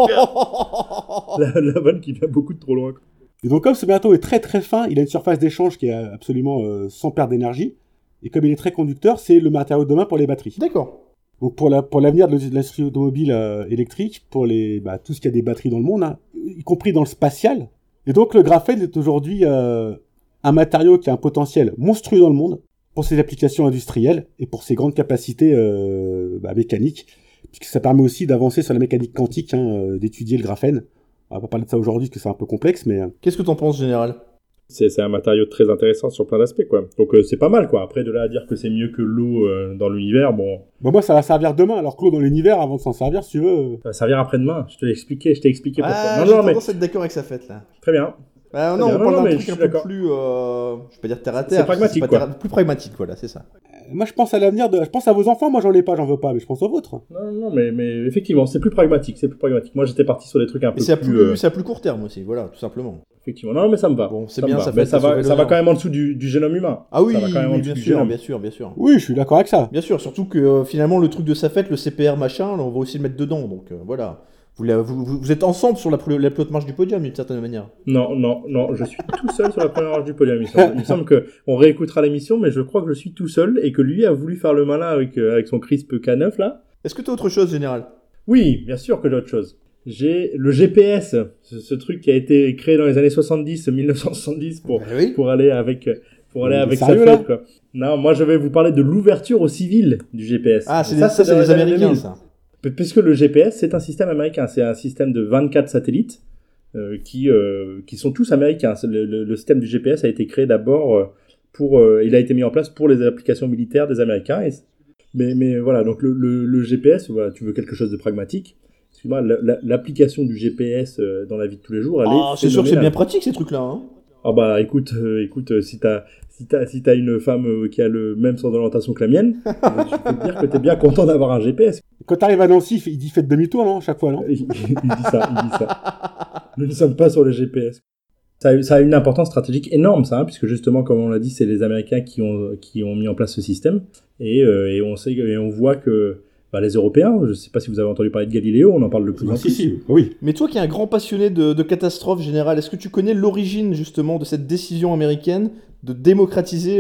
La vanne qui va beaucoup de trop loin. Et donc comme ce matériau est très très fin, il a une surface d'échange qui est absolument sans perte d'énergie. Et comme il est très conducteur, c'est le matériau de demain pour les batteries. D'accord. Donc pour l'avenir de l'industrie automobile électrique, pour tout ce qui a des batteries dans le monde, hein, y compris dans le spatial. Et donc le graphène est aujourd'hui un matériau qui a un potentiel monstrueux dans le monde pour ses applications industrielles et pour ses grandes capacités mécaniques, puisque ça permet aussi d'avancer sur la mécanique quantique, d'étudier le graphène. On va pas parler de ça aujourd'hui parce que c'est un peu complexe, mais... Qu'est-ce que t'en penses, Général? C'est un matériau très intéressant sur plein d'aspects, quoi. Donc c'est pas mal, quoi. Après, de là à dire que c'est mieux que l'eau dans l'univers, bon... Bon, moi, ça va servir demain, alors que l'eau dans l'univers, avant de s'en servir, si tu veux... Ça va servir après-demain. Je t'ai expliqué pourquoi. Ah, j'ai tendance à être d'accord avec sa fête, là. Très bien. Bah, non, bien. on parle Non, d'un mais truc je un suis peu d'accord. plus, je vais pas dire terre à terre. C'est pragmatique, pas quoi. plus pragmatique, voilà, c'est ça. Moi, je pense à l'avenir je pense à vos enfants, moi, j'en ai pas, j'en veux pas, mais je pense aux vôtres. Non, mais effectivement, c'est plus pragmatique. Moi, j'étais parti sur des trucs un peu Et c'est plus... à plus court terme aussi, voilà, tout simplement. Effectivement. Non, mais ça me va. Bon, c'est me bien, va. ça Mais fait ça sauver va l'honneur. quand même en dessous du génome humain. Ah oui, Ça va quand même en oui, dessous bien du sûr, génome. bien sûr, bien sûr. Oui, je suis d'accord avec ça. Bien sûr, surtout que finalement, le truc de sa fête, le CPR machin, là, on va aussi le mettre dedans, donc voilà. Vous êtes ensemble sur la plus haute marche du podium, d'une certaine manière. Non, je suis tout seul sur la première marche du podium. Il me semble qu'on réécoutera l'émission, mais je crois que je suis tout seul et que lui a voulu faire le malin avec son Crisp K9 là. Est-ce que tu as autre chose, Général ? Oui, bien sûr que j'ai autre chose. J'ai le GPS, ce truc qui a été créé dans les années 1970 pour aller avec sa sérieux, fête, là quoi. Non, moi je vais vous parler de l'ouverture aux civils du GPS. Ah, c'est ça, c'est dans les les années Américains, 2000. ça. Puisque le GPS, c'est un système américain. C'est un système de 24 satellites qui sont tous américains. Le système du GPS a été créé d'abord il a été mis en place pour les applications militaires des Américains. Mais voilà, donc le GPS, voilà, tu veux quelque chose de pragmatique. Excuse-moi, l'application du GPS dans la vie de tous les jours, elle est c'est sûr que c'est phénoménale. bien pratique, ces trucs-là. Hein. Ah bah écoute, si t'as une femme qui a le même sens d'orientation que la mienne, je peux te dire que t'es bien content d'avoir un GPS. Quand t'arrives à Nancy, il dit faites demi-tour, non, chaque fois, non? Il dit ça. Nous ne sommes pas sur le GPS. Ça a une importance stratégique énorme, ça, hein, puisque justement, comme on l'a dit, c'est les Américains qui ont mis en place ce système, et on voit que les Européens, je ne sais pas si vous avez entendu parler de Galiléo, on en parle de plus en plus. Si, oui. Mais toi qui es un grand passionné de catastrophes générales, est-ce que tu connais l'origine justement de cette décision américaine de démocratiser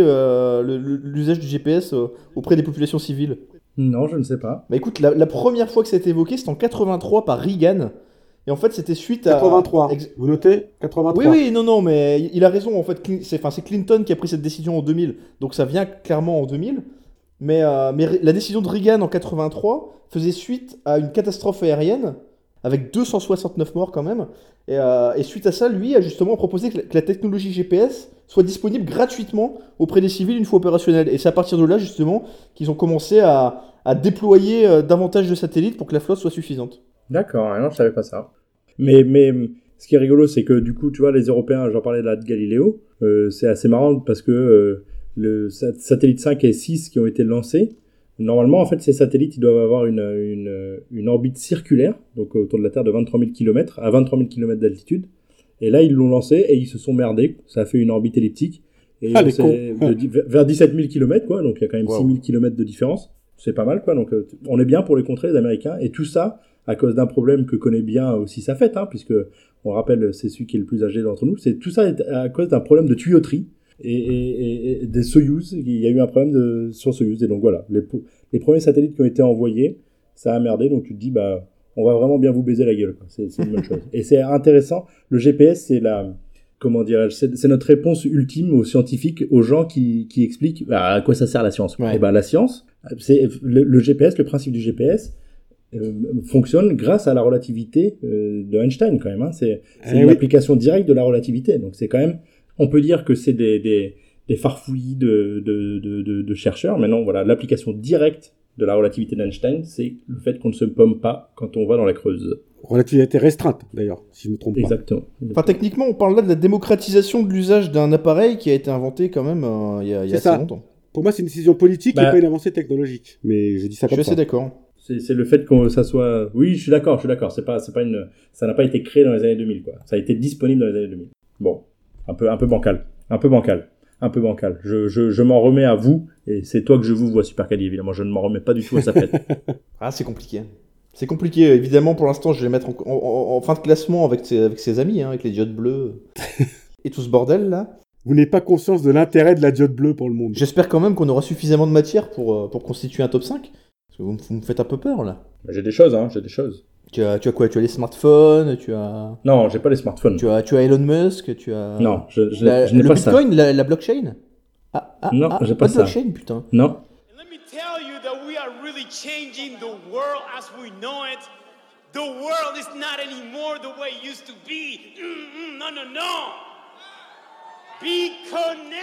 l'usage du GPS auprès des populations civiles ? Non, je ne sais pas. Bah écoute, la première fois que ça a été évoqué, c'était en 83 par Reagan. Et en fait, c'était suite à... 83. Vous notez 83. Oui, non, mais il a raison. En fait, c'est Clinton qui a pris cette décision en 2000. Donc ça vient clairement en 2000. Mais la décision de Reagan en 83 faisait suite à une catastrophe aérienne avec 269 morts quand même. Et suite à ça, lui a justement proposé que la technologie GPS soit disponible gratuitement auprès des civils une fois opérationnelle. Et c'est à partir de là justement qu'ils ont commencé à déployer davantage de satellites pour que la flotte soit suffisante. D'accord, non, je savais pas ça. Mais ce qui est rigolo, c'est que du coup, tu vois, les Européens, j'en parlais là de Galiléo, c'est assez marrant parce que le satellite 5 et 6 qui ont été lancés, normalement, en fait, ces satellites, ils doivent avoir une orbite circulaire, donc autour de la Terre de 23 000 km, à 23 000 km d'altitude. Et là, ils l'ont lancé et ils se sont merdés. Ça a fait une orbite elliptique. Et vers 17 000 km, quoi. Donc, il y a quand même 6 000 km de différence. C'est pas mal, quoi. Donc, on est bien pour les contrer, les Américains. Et tout ça, à cause d'un problème que connaît bien aussi sa fête, hein, puisque, on rappelle, c'est celui qui est le plus âgé d'entre nous. Tout ça est à cause d'un problème de tuyauterie. Et des Soyouz, il y a eu un problème sur Soyouz. Et donc, voilà. Les premiers satellites qui ont été envoyés, ça a merdé. Donc, tu te dis, on va vraiment bien vous baiser la gueule, quoi. C'est une bonne chose. Et c'est intéressant. Le GPS, c'est notre réponse ultime aux scientifiques, aux gens qui expliquent à quoi ça sert la science. Ouais. Et la science, c'est le GPS, le principe du GPS fonctionne grâce à la relativité de Einstein quand même. Hein. C'est une application directe de la relativité. Donc c'est quand même, on peut dire que c'est des farfouillis de chercheurs, mais non, voilà, l'application directe de la relativité d'Einstein, c'est le fait qu'on ne se pomme pas quand on va dans la Creuse. Relativité restreinte, d'ailleurs, si je ne me trompe pas. Exactement. Enfin, techniquement, on parle là de la démocratisation de l'usage d'un appareil qui a été inventé quand même il y a assez longtemps. Pour moi, c'est une décision politique et pas une avancée technologique. Mais je dis ça comme ça. Je suis assez d'accord. C'est le fait que ça soit... Oui, je suis d'accord. Ça n'a pas été créé dans les années 2000, quoi. Ça a été disponible dans les années 2000. Bon. Un peu bancal. Je m'en remets à vous, et c'est toi que je vous vois, Supercali, évidemment. Je ne m'en remets pas du tout à sa fête. Ah, c'est compliqué. C'est compliqué. Évidemment, pour l'instant, je vais mettre en fin de classement avec ses amis, hein, avec les diodes bleues et tout ce bordel, là. Vous n'avez pas conscience de l'intérêt de la diode bleue pour le monde. J'espère quand même qu'on aura suffisamment de matière pour constituer un top 5. Parce que vous me faites un peu peur, là. J'ai des choses. Tu as quoi? Tu as les smartphones, tu as... Non, j'ai pas les smartphones. Tu as Elon Musk, tu as... Non, je n'ai pas ça. Le Bitcoin, la blockchain? Non, j'ai pas de ça. blockchain, putain. Non. And let me tell you that we are really changing the world as we know it. The world is not anymore the way it used to be. No. Be connect!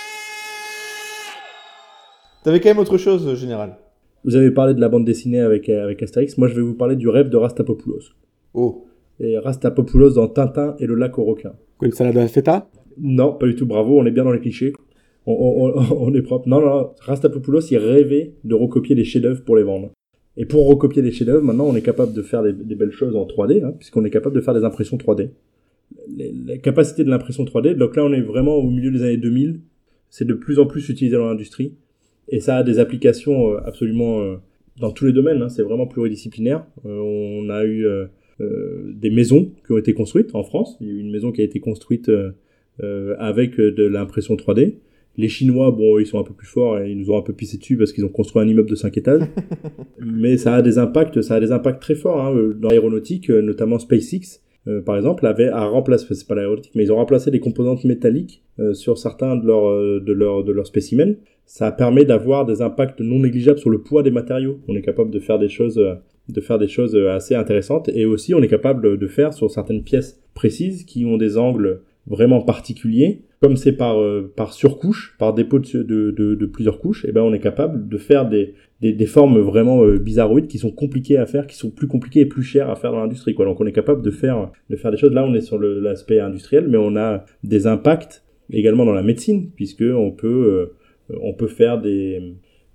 T'avais quand même autre chose, Général. Vous avez parlé de la bande dessinée avec Astérix. Moi, je vais vous parler du rêve de Rastapopoulos. Oh. Et Rastapopoulos dans Tintin et le lac aux requins. Quoi, une salade à la feta? Non, pas du tout. Bravo, on est bien dans les clichés. On est propre. Non. Rastapopoulos, il rêvait de recopier les chefs-d'œuvre pour les vendre. Et pour recopier les chefs-d'œuvre, maintenant, on est capable de faire des belles choses en 3D, puisqu'on est capable de faire des impressions 3D. Les capacités de l'impression 3D, donc là, on est vraiment au milieu des années 2000. C'est de plus en plus utilisé dans l'industrie. Et ça a des applications absolument dans tous les domaines. C'est vraiment pluridisciplinaire. On a eu des maisons qui ont été construites en France. Il y a eu une maison qui a été construite avec de l'impression 3D. Les Chinois, bon, ils sont un peu plus forts et ils nous ont un peu pissé dessus parce qu'ils ont construit un immeuble de 5 étages. Mais ça a des impacts très forts dans l'aéronautique, notamment SpaceX. Par exemple, a remplacé, c'est pas l'aéronautique, mais ils ont remplacé des composantes métalliques sur certains de leurs spécimens. Ça permet d'avoir des impacts non négligeables sur le poids des matériaux. On est capable de faire des choses assez intéressantes, et aussi on est capable de faire sur certaines pièces précises qui ont des angles vraiment particuliers, comme c'est par surcouche, par dépôt de plusieurs couches, et ben on est capable de faire des formes vraiment bizarroïdes qui sont compliquées à faire, qui sont plus compliquées et plus chères à faire dans l'industrie, quoi. Donc on est capable de faire des choses. Là on est sur l'aspect industriel, mais on a des impacts également dans la médecine, puisque on peut faire des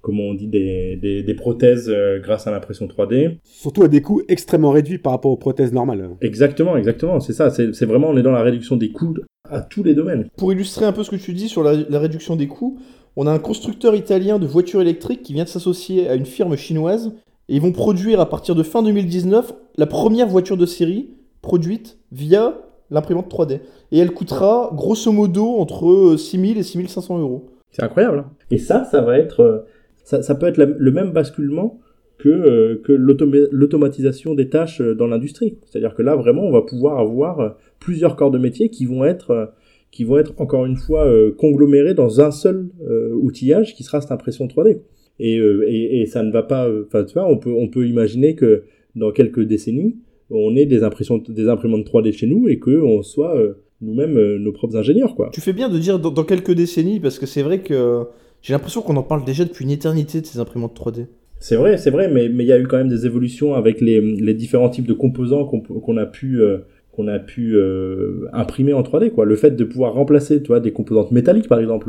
prothèses grâce à l'impression 3D. Surtout à des coûts extrêmement réduits par rapport aux prothèses normales. Exactement, c'est ça. C'est vraiment, on est dans la réduction des coûts à tous les domaines. Pour illustrer un peu ce que tu dis sur la réduction des coûts, on a un constructeur italien de voitures électriques qui vient de s'associer à une firme chinoise, et ils vont produire à partir de fin 2019 la première voiture de série produite via l'imprimante 3D. Et elle coûtera grosso modo entre 6 000 et 6 500 euros. C'est incroyable. Et ça va être... Ça peut être le même basculement que l'automatisation des tâches dans l'industrie. C'est-à-dire que là, vraiment, on va pouvoir avoir plusieurs corps de métier qui vont être encore une fois conglomérés dans un seul outillage qui sera cette impression 3D. Et ça ne va pas... Enfin, tu vois, on peut imaginer que dans quelques décennies, on ait des imprimantes 3D chez nous et qu'on soit nous-mêmes nos propres ingénieurs, quoi. Tu fais bien de dire dans quelques décennies, parce que c'est vrai que j'ai l'impression qu'on en parle déjà depuis une éternité de ces imprimantes 3D. C'est vrai, mais il y a eu quand même des évolutions avec les différents types de composants qu'on a pu imprimer en 3D, quoi. Le fait de pouvoir remplacer, tu vois, des composantes métalliques, par exemple,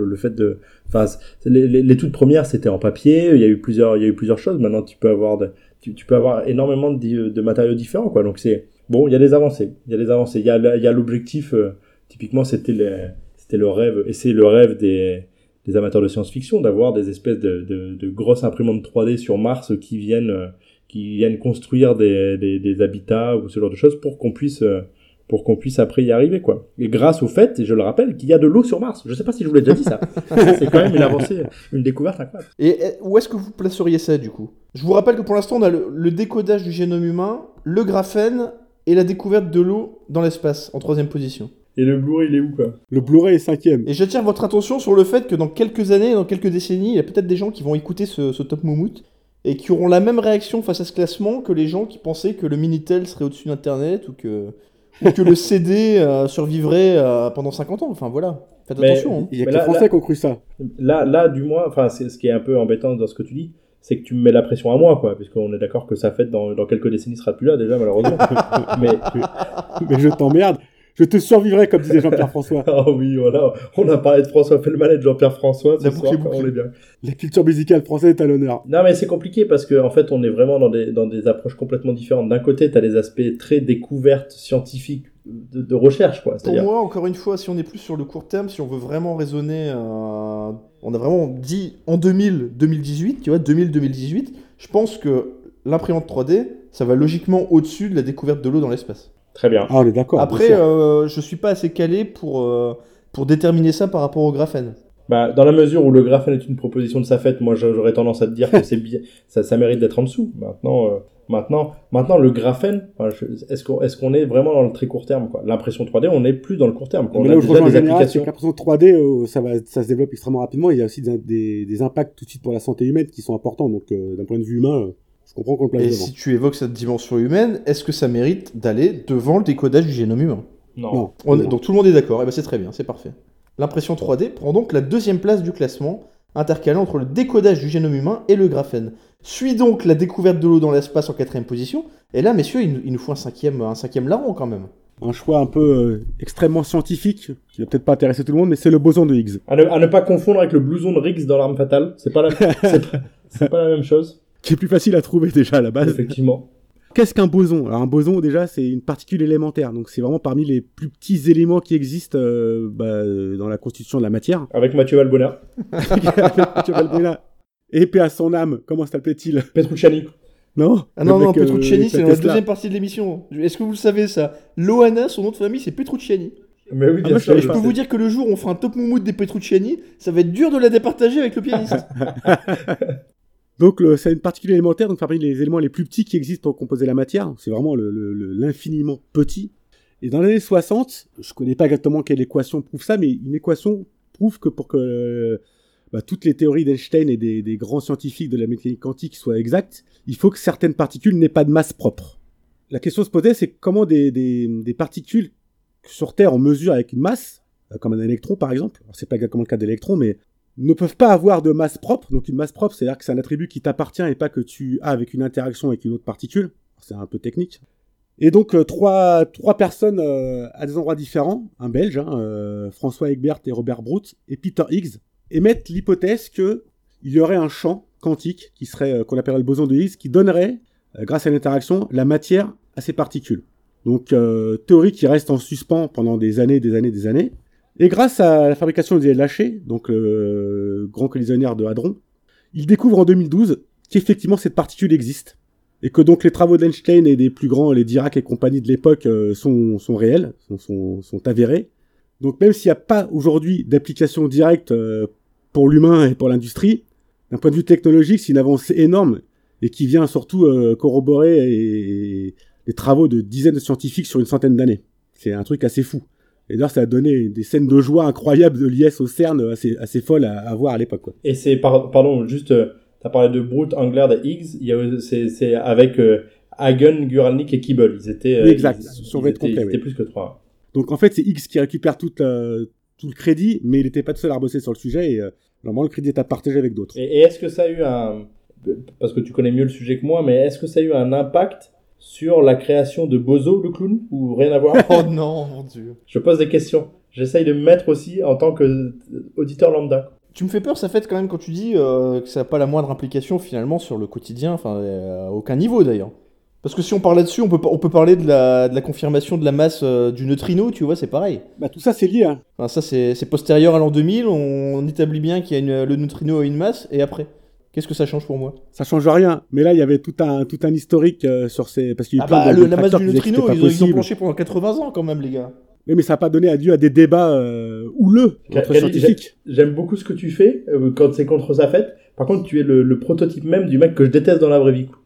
les toutes premières, c'était en papier. Il y a eu plusieurs choses. Maintenant, tu peux avoir énormément de matériaux différents, quoi. Donc c'est bon, il y a des avancées. Il y a l'objectif. Typiquement, c'était le rêve, et c'est le rêve des amateurs de science-fiction, d'avoir des espèces de grosses imprimantes 3D sur Mars qui viennent construire des habitats ou ce genre de choses pour qu'on puisse après y arriver, quoi. Et grâce au fait, et je le rappelle, qu'il y a de l'eau sur Mars. Je sais pas si je vous l'ai déjà dit ça. C'est quand même une avancée, une découverte incroyable. Et où est-ce que vous placeriez ça, du coup ? Je vous rappelle que pour l'instant, on a le décodage du génome humain, le graphène et la découverte de l'eau dans l'espace, en 3e position. Et le Blu-ray, il est où, quoi ? Le Blu-ray est 5e. Et j'attire votre attention sur le fait que dans quelques années, dans quelques décennies, il y a peut-être des gens qui vont écouter ce Top Moumout et qui auront la même réaction face à ce classement que les gens qui pensaient que le Minitel serait au-dessus d'Internet ou que le CD survivrait pendant 50 ans. Enfin voilà, faites attention. Il y a que les Français qui ont cru ça. Là, du moins, enfin, c'est ce qui est un peu embêtant dans ce que tu dis, c'est que tu me mets la pression à moi, quoi, puisqu'on est d'accord que ça fait dans quelques décennies sera plus là déjà, malheureusement. Mais je t'emmerde. Je te survivrai, comme disait Jean-Pierre François. Oh oui, voilà. On a parlé de François Fellman et de Jean-Pierre François. Ce soir, on est bien. La culture musicale française est à l'honneur. Non, mais c'est compliqué parce que, en fait, on est vraiment dans des approches complètement différentes. D'un côté, t'as les aspects très découvertes scientifiques de recherche, quoi. Pour moi, encore une fois, si on est plus sur le court terme, si on veut vraiment raisonner, on a vraiment dit en 2018, tu vois, 2018, je pense que l'imprimante 3D, ça va logiquement au-dessus de la découverte de l'eau dans l'espace. Très bien. Ah, on est d'accord. Après, je suis pas assez calé pour déterminer ça par rapport au graphène. Bah, dans la mesure où le graphène est une proposition de sa fête, moi j'aurais tendance à te dire que c'est bien, ça mérite d'être en dessous. Maintenant, le graphène, est-ce qu'on est vraiment dans le très court terme, quoi. L'impression 3D, on n'est plus dans le court terme, quoi. Mais là où je rejoins en général, c'est que l'impression 3D, ça se développe extrêmement rapidement. Il y a aussi des impacts tout de suite pour la santé humaine qui sont importants. Donc, d'un point de vue humain, je comprends qu'on le place devant. Et si tu évoques cette dimension humaine, est-ce que ça mérite d'aller devant le décodage du génome humain ? Non. Donc tout le monde est d'accord. Et ben c'est très bien, c'est parfait. L'impression 3D prend donc la deuxième place du classement, intercalant entre le décodage du génome humain et le graphène. Suit donc la découverte de l'eau dans l'espace en 4ème position, et là, messieurs, il nous faut un cinquième larron quand même. Un choix un peu extrêmement scientifique, qui va peut-être pas intéresser tout le monde, mais c'est le boson de Higgs. À ne pas confondre avec le blouson de Riggs dans L'Arme Fatale, c'est pas la même chose. Qui est plus facile à trouver déjà à la base. Effectivement. Qu'est-ce qu'un boson ? Alors un boson déjà c'est une particule élémentaire, donc c'est vraiment parmi les plus petits éléments qui existent dans la constitution de la matière. Avec Mathieu Valbuena. Mathieu Valbuena. Et paix à son âme, comment s'appelle-t-il ? Petrucciani. Non ? Ah non, Avec, Petrucciani, c'est dans la Tesla. deuxième partie de l'émission. Est-ce que vous le savez ça ? Loana, son nom de famille, c'est Petrucciani. Mais oui, bien moi, sûr. Et je peux vous dire que le jour où on fera un top moumoute des Petrucciani, ça va être dur de la départager avec le pianiste. Donc c'est une particule élémentaire, donc parmi les éléments les plus petits qui existent pour composer la matière. C'est vraiment l'infiniment petit. Et dans les années 60, je connais pas exactement quelle équation prouve ça, mais une équation prouve que pour que toutes les théories d'Einstein et des grands scientifiques de la mécanique quantique soient exactes, il faut que certaines particules n'aient pas de masse propre. La question se posait, c'est comment des particules sur Terre on mesure avec une masse, comme un électron par exemple, alors c'est pas exactement le cas d'électron, mais ne peuvent pas avoir de masse propre. Donc une masse propre, c'est-à-dire que c'est un attribut qui t'appartient et pas que tu as avec une interaction avec une autre particule. C'est un peu technique. Et donc trois personnes à des endroits différents, un Belge, François Egbert et Robert Brout, et Peter Higgs, émettent l'hypothèse qu'il y aurait un champ quantique qui serait qu'on appellerait le boson de Higgs, qui donnerait, grâce à l'interaction, la matière à ces particules. Donc théorie qui reste en suspens pendant des années. Et grâce à la fabrication des LHC, donc le grand collisionneur de Hadron, il découvre en 2012 qu'effectivement cette particule existe. Et que donc les travaux d'Einstein et des plus grands, les Dirac et compagnie de l'époque, sont réels, sont avérés. Donc même s'il n'y a pas aujourd'hui d'application directe pour l'humain et pour l'industrie, d'un point de vue technologique, c'est une avancée énorme et qui vient surtout corroborer les travaux de dizaines de scientifiques sur une centaine d'années. C'est un truc assez fou. Et d'ailleurs, ça a donné des scènes de joie incroyables de l'IS au CERN assez folles à voir à l'époque, quoi. Et c'est, pardon, juste, t'as parlé de Brout, Englert et Higgs, c'est avec Hagen, Guralnick et Kibble. Ils étaient, Oui, exact. Ils étaient plus que 3. Donc en fait, c'est Higgs qui récupère tout le crédit, mais il n'était pas tout seul à bosser sur le sujet, et normalement, le crédit est à partager avec d'autres. Et est-ce que ça a eu parce que tu connais mieux le sujet que moi, mais est-ce que ça a eu un impact sur la création de Bozo, le clown, ou rien à voir? Oh non, mon Dieu. Je pose des questions. J'essaye de me mettre aussi en tant qu'auditeur lambda. Tu me fais peur, ça fait quand même quand tu dis que ça n'a pas la moindre implication finalement sur le quotidien, enfin à aucun niveau d'ailleurs. Parce que si on parle là-dessus, on peut parler de la confirmation de la masse du neutrino, tu vois, c'est pareil. Tout ça c'est lié, hein. Enfin, ça c'est postérieur à l'an 2000, on établit bien qu'il y a le neutrino a une masse, et après qu'est-ce que ça change pour moi? Ça change rien, mais là il y avait tout un historique sur ces... Parce qu'il y a eu plein de la masse du neutrino, ils ont possible. planché pendant 80 ans quand même, les gars. Oui, mais ça n'a pas donné lieu à des débats houleux entre scientifiques. J'aime beaucoup ce que tu fais quand c'est contre sa fête. Par contre, tu es le prototype même du mec que je déteste dans la vraie vie.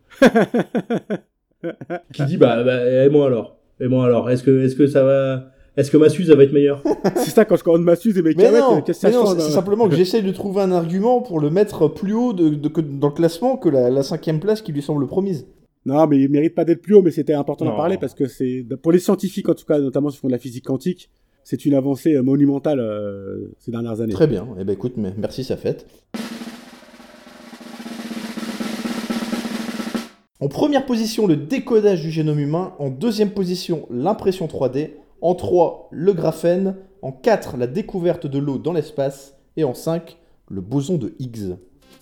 Qui dit et moi alors, est-ce que ça va... Est-ce que ma Suze va être meilleure? C'est ça, quand je commande ma Suze et mes Mais non, qu'est-ce que ça change, c'est simplement que j'essaye de trouver un argument pour le mettre plus haut dans le classement que la 5e place qui lui semble promise. Non, mais il mérite pas d'être plus haut, mais c'était important Non. d'en parler parce que c'est, pour les scientifiques en tout cas, notamment ceux qui font de la physique quantique, c'est une avancée monumentale ces dernières années. Très bien, eh ben écoute, merci, ça fait. En première position, le décodage du génome humain. En deuxième position, l'impression 3D. En 3, le graphène. En 4, la découverte de l'eau dans l'espace. Et en 5, le boson de Higgs.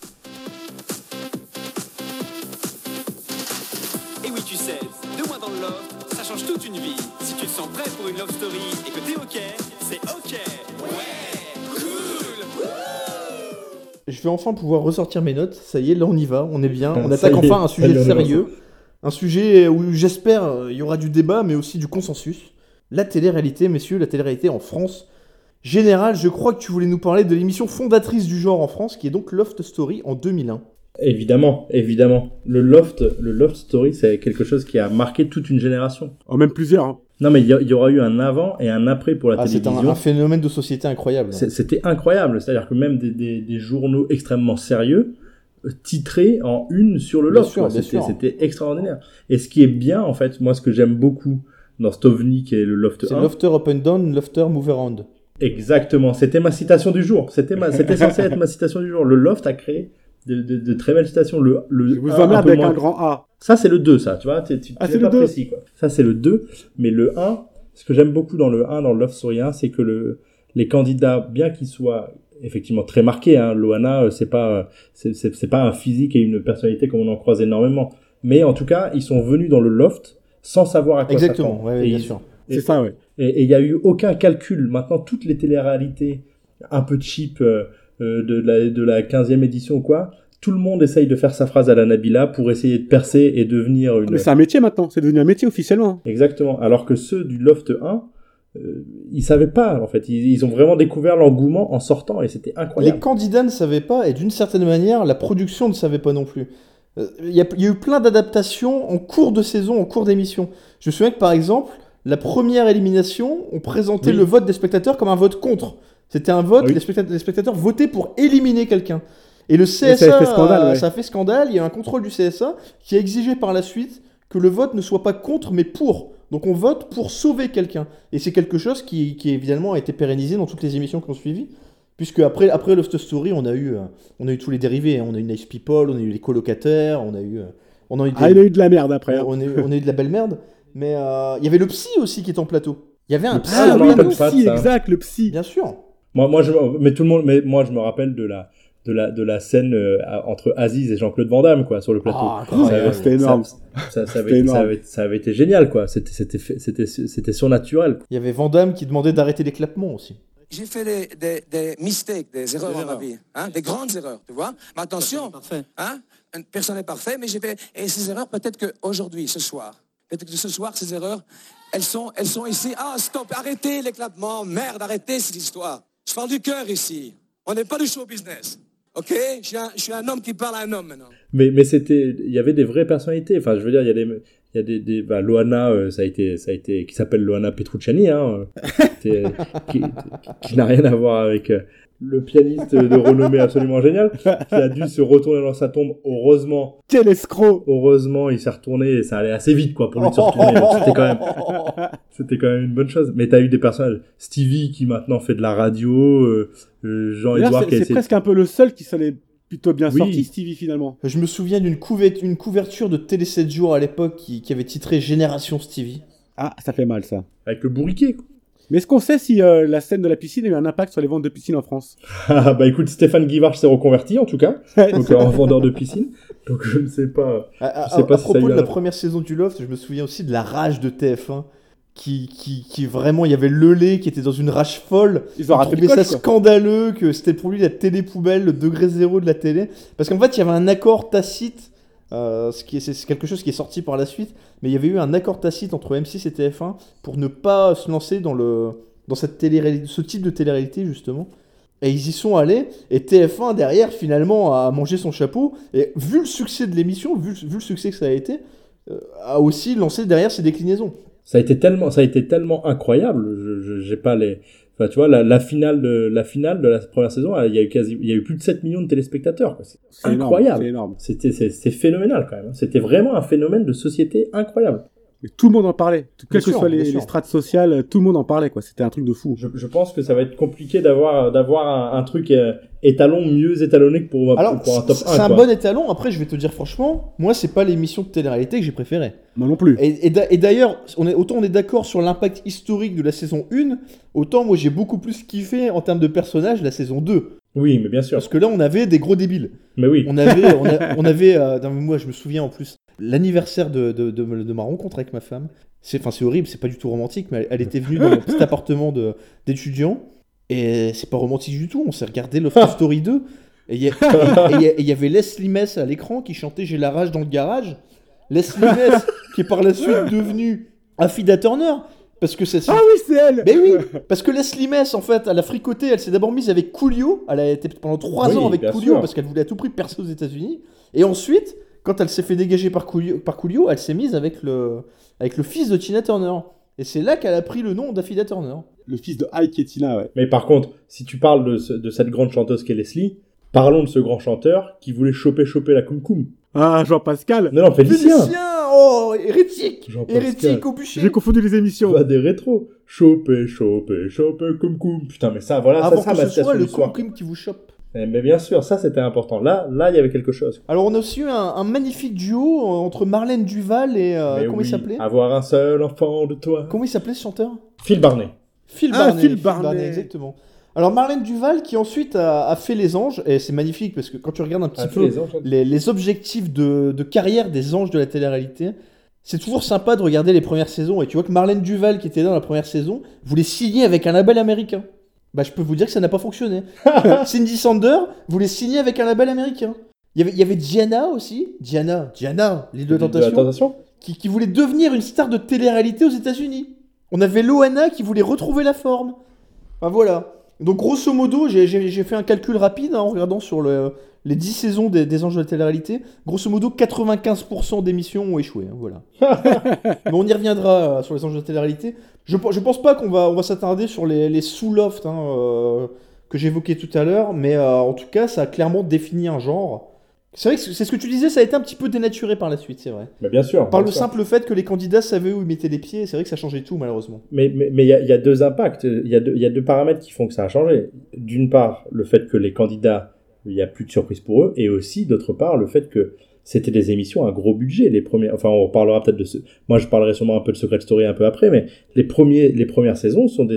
Et oui, tu sais, 2 mois dans le loft, ça change toute une vie. Si tu te sens prêt pour une love story et que t'es ok, c'est ok. Ouais, cool. Je vais enfin pouvoir ressortir mes notes. Ça y est, là on y va, on est bien. On Ça attaque y est, enfin un sujet ça y est, on est sérieux. Un sujet où j'espère il y aura du débat, mais aussi du consensus. La télé-réalité, messieurs, la télé-réalité en France. Général, je crois que tu voulais nous parler de l'émission fondatrice du genre en France, qui est donc Loft Story en 2001. Évidemment. Le Loft Story, c'est quelque chose qui a marqué toute une génération. Oh, même plusieurs, hein. Non, mais il y aura eu un avant et un après pour la C'est télévision. un phénomène de société incroyable. C'était incroyable. C'est-à-dire que même des journaux extrêmement sérieux titraient en une sur le Bien Loft. sûr, Quoi. bien sûr. C'était extraordinaire. Et ce qui est bien, en fait, moi, ce que j'aime beaucoup dans cet ovni qui est le Loft C'est 1, Lofter Up and Down, Lofter Move Around. Exactement, c'était ma citation du jour. C'était censé être ma citation du jour. Le Loft a créé de très belles citations. Je vous emmerde avec un grand A. Ça, c'est le 2, ça, tu vois. Tu c'est n'es le pas 2. précis, quoi. Ça, c'est le 2. Mais le 1, ce que j'aime beaucoup dans le 1, dans le Loft Story 1, c'est que les candidats, bien qu'ils soient effectivement très marqués, hein, Loana, c'est pas un physique et une personnalité comme on en croise énormément. Mais en tout cas, ils sont venus dans le Loft sans savoir à quoi Exactement, s'attendre. ouais, bien sûr. C'est ça, ouais. Et il y a eu aucun calcul. Maintenant, toutes les téléréalités un peu cheap de la 15e édition ou quoi, tout le monde essaye de faire sa phrase à la Nabila pour essayer de percer et devenir une... Mais c'est un métier maintenant, c'est devenu un métier officiellement. Exactement. Alors que ceux du Loft 1, ils savaient pas, en fait. Ils ont vraiment découvert l'engouement en sortant et c'était incroyable. Les candidats ne savaient pas et d'une certaine manière, la production ne savait pas non plus. Il y a eu plein d'adaptations en cours de saison, en cours d'émission. Je me souviens que par exemple, la première élimination, on présentait le vote des spectateurs comme un vote contre. C'était un vote, les spectateurs votaient pour éliminer quelqu'un. Et le CSA, ça a fait scandale, ça a fait scandale. Il y a eu un contrôle du CSA qui a exigé par la suite que le vote ne soit pas contre, mais pour. Donc on vote pour sauver quelqu'un. Et c'est quelque chose qui évidemment a été pérennisé dans toutes les émissions qui ont suivi. Puisque après Loft Story, on a eu tous les dérivés. On a eu Nice People, on a eu les colocataires, il y a eu de la merde après. On a eu de la belle merde. Mais il y avait le psy aussi qui était en plateau. Il y avait un psy. Ah oui, me le rappelle pas de psy, ça. exact, le psy. Bien sûr. Moi, je me rappelle de la scène entre Aziz et Jean-Claude Van Damme, quoi, sur le plateau. Ah, C'était énorme. Ça avait été génial, quoi. C'était surnaturel. Il y avait Van Damme qui demandait d'arrêter les clapements aussi. J'ai fait des mistakes, des erreurs dans ma vie, hein, des grandes erreurs, tu vois. Mais attention, hein, personne n'est parfait, mais j'ai fait... Et ces erreurs, peut-être qu'aujourd'hui, ce soir, ces erreurs, elles sont ici. Ah, stop, arrêtez les clapements, merde, arrêtez cette histoire. Je parle du cœur ici. On n'est pas du show business. Ok, je suis un homme qui parle à un homme maintenant. Mais il y avait des vraies personnalités. Enfin, je veux dire, il y a des Loana, ça a été, qui s'appelle Loana Petrucciani, hein, qui n'a rien à voir avec le pianiste de renommée absolument génial, qui a dû se retourner dans sa tombe. Heureusement. Quel escroc! Heureusement, il s'est retourné et ça allait assez vite, quoi, pour lui de se retourner. Donc, c'était quand même une bonne chose. Mais t'as eu des personnages, Stevie qui maintenant fait de la radio, Jean-Edouard qui a c'est essayé... presque un peu le seul qui s'en est plutôt bien sorti, Stevie, finalement. Je me souviens d'une couverture de Télé 7 jours à l'époque qui avait titré Génération Stevie. Ah, ça fait mal, ça. Avec le bourriquet, quoi. Mais est-ce qu'on sait si la scène de la piscine a eu un impact sur les ventes de piscines en France? Ah, bah écoute, Stéphane Guivarch s'est reconverti, en tout cas, donc en vendeur de piscine. Donc je ne sais pas. À propos de la première saison du Loft, je me souviens aussi de la rage de TF1. Qui vraiment, il y avait Lelé qui était dans une rage folle. Ils ont raté trouvé le coche, ça quoi. scandaleux, que c'était pour lui la télé poubelle, le degré zéro de la télé. Parce qu'en fait, il y avait un accord tacite, c'est quelque chose qui est sorti par la suite, mais il y avait eu un accord tacite entre M6 et TF1 pour ne pas se lancer dans cette ce type de télé-réalité, justement. Et ils y sont allés, et TF1 derrière, finalement, a mangé son chapeau, et vu le succès de l'émission, vu le succès que ça a été, a aussi lancé derrière ses déclinaisons. Ça a été tellement incroyable. J'ai pas les. Enfin, tu vois, la finale de la première saison, il y a eu plus de 7 millions de téléspectateurs, quoi. C'est incroyable. Énorme, c'est énorme. C'est phénoménal, quand même. C'était vraiment un phénomène de société incroyable. Mais tout le monde en parlait. Quelles que soient bien les sûr. strates sociales, tout le monde en parlait, quoi. C'était un truc de fou. Je pense que ça va être compliqué d'avoir un truc étalon mieux étalonné que pour un top 1. C'est un bon étalon. Après, je vais te dire franchement, moi, c'est pas l'émission de télé-réalité que j'ai préférée. Moi non plus. Et d'ailleurs, autant on est d'accord sur l'impact historique de la saison 1, autant moi j'ai beaucoup plus kiffé en termes de personnages la saison 2. Oui, mais bien sûr. Parce que là, on avait des gros débiles. Mais oui. On avait moi je me souviens en plus, l'anniversaire de ma rencontre avec ma femme. C'est horrible, c'est pas du tout romantique, mais elle était venue dans mon petit appartement d'étudiant. Et c'est pas romantique du tout, on s'est regardé Loft Story 2. Et il y avait Leslie Mess à l'écran qui chantait J'ai la rage dans le garage. Leslie Mess qui est par la suite devenue Affida Turner. Parce que Ah oui, c'est elle. Mais oui, parce que Leslie Mess, en fait, elle a fricoté, elle s'est d'abord mise avec Coolio. Elle a été pendant 3 ans avec bien Coolio sûr. parce qu'elle voulait à tout prix percer aux États-Unis. Et ensuite, quand elle s'est fait dégager par Coolio, elle s'est mise avec le fils de Tina Turner. Et c'est là qu'elle a pris le nom d'Affida Turner. Le fils de Ike et Tina, ouais. Mais par contre, si tu parles de cette grande chanteuse qu'est Leslie, parlons de ce grand chanteur qui voulait choper la Koum Koum. Ah, Jean-Pascal. Non, Félicien. Oh, hérétique. Jean-Pascal. Hérétique au bûcher. J'ai confondu les émissions. Bah, des rétros. Choper, comme coum. Putain, mais ça, voilà, Avant ça que m'a ce soit le soir. comprim qui vous chope. Mais bien sûr, ça, c'était important. Là, il y avait quelque chose. Alors, on a aussi eu un magnifique duo entre Marlène Duval et... Mais comment il oui, s'appelait avoir un seul enfant de toi. Comment il s'appelait ce chanteur Phil Barnet. Phil Ah, Barnet. Phil Barnet. Exactement. Alors, Marlène Duval qui ensuite a fait Les Anges, et c'est magnifique parce que quand tu regardes un petit peu les objectifs de carrière des anges de la télé-réalité, c'est toujours sympa de regarder les premières saisons. Et tu vois que Marlène Duval, qui était là dans la première saison, voulait signer avec un label américain. Bah, je peux vous dire que ça n'a pas fonctionné. Cindy Sander voulait signer avec un label américain. Il y avait Diana aussi. Diana, l'île de Tentation, qui voulait devenir une star de télé-réalité aux États-Unis. On avait Loana qui voulait retrouver la forme. Enfin, voilà. Donc, grosso modo, j'ai fait un calcul rapide en regardant sur les 10 saisons des Anges de la télé-réalité. Grosso modo, 95% d'émissions ont échoué. Hein, voilà. Mais on y reviendra sur les Anges de la télé-réalité. Je pense pas qu'on va s'attarder sur les sous-lofts que j'évoquais tout à l'heure, mais en tout cas, ça a clairement défini un genre. C'est vrai que c'est ce que tu disais, ça a été un petit peu dénaturé par la suite, c'est vrai. Mais bien sûr. Par le simple fait que les candidats savaient où ils mettaient les pieds, c'est vrai que ça changeait tout, malheureusement. Mais il y a deux impacts, il y a deux paramètres qui font que ça a changé. D'une part, le fait que les candidats, il n'y a plus de surprise pour eux, et aussi, d'autre part, le fait que c'était des émissions à gros budget. Les premières, enfin, on parlera peut-être de ce. Moi, je parlerai sûrement un peu de Secret Story un peu après, mais les premières saisons sont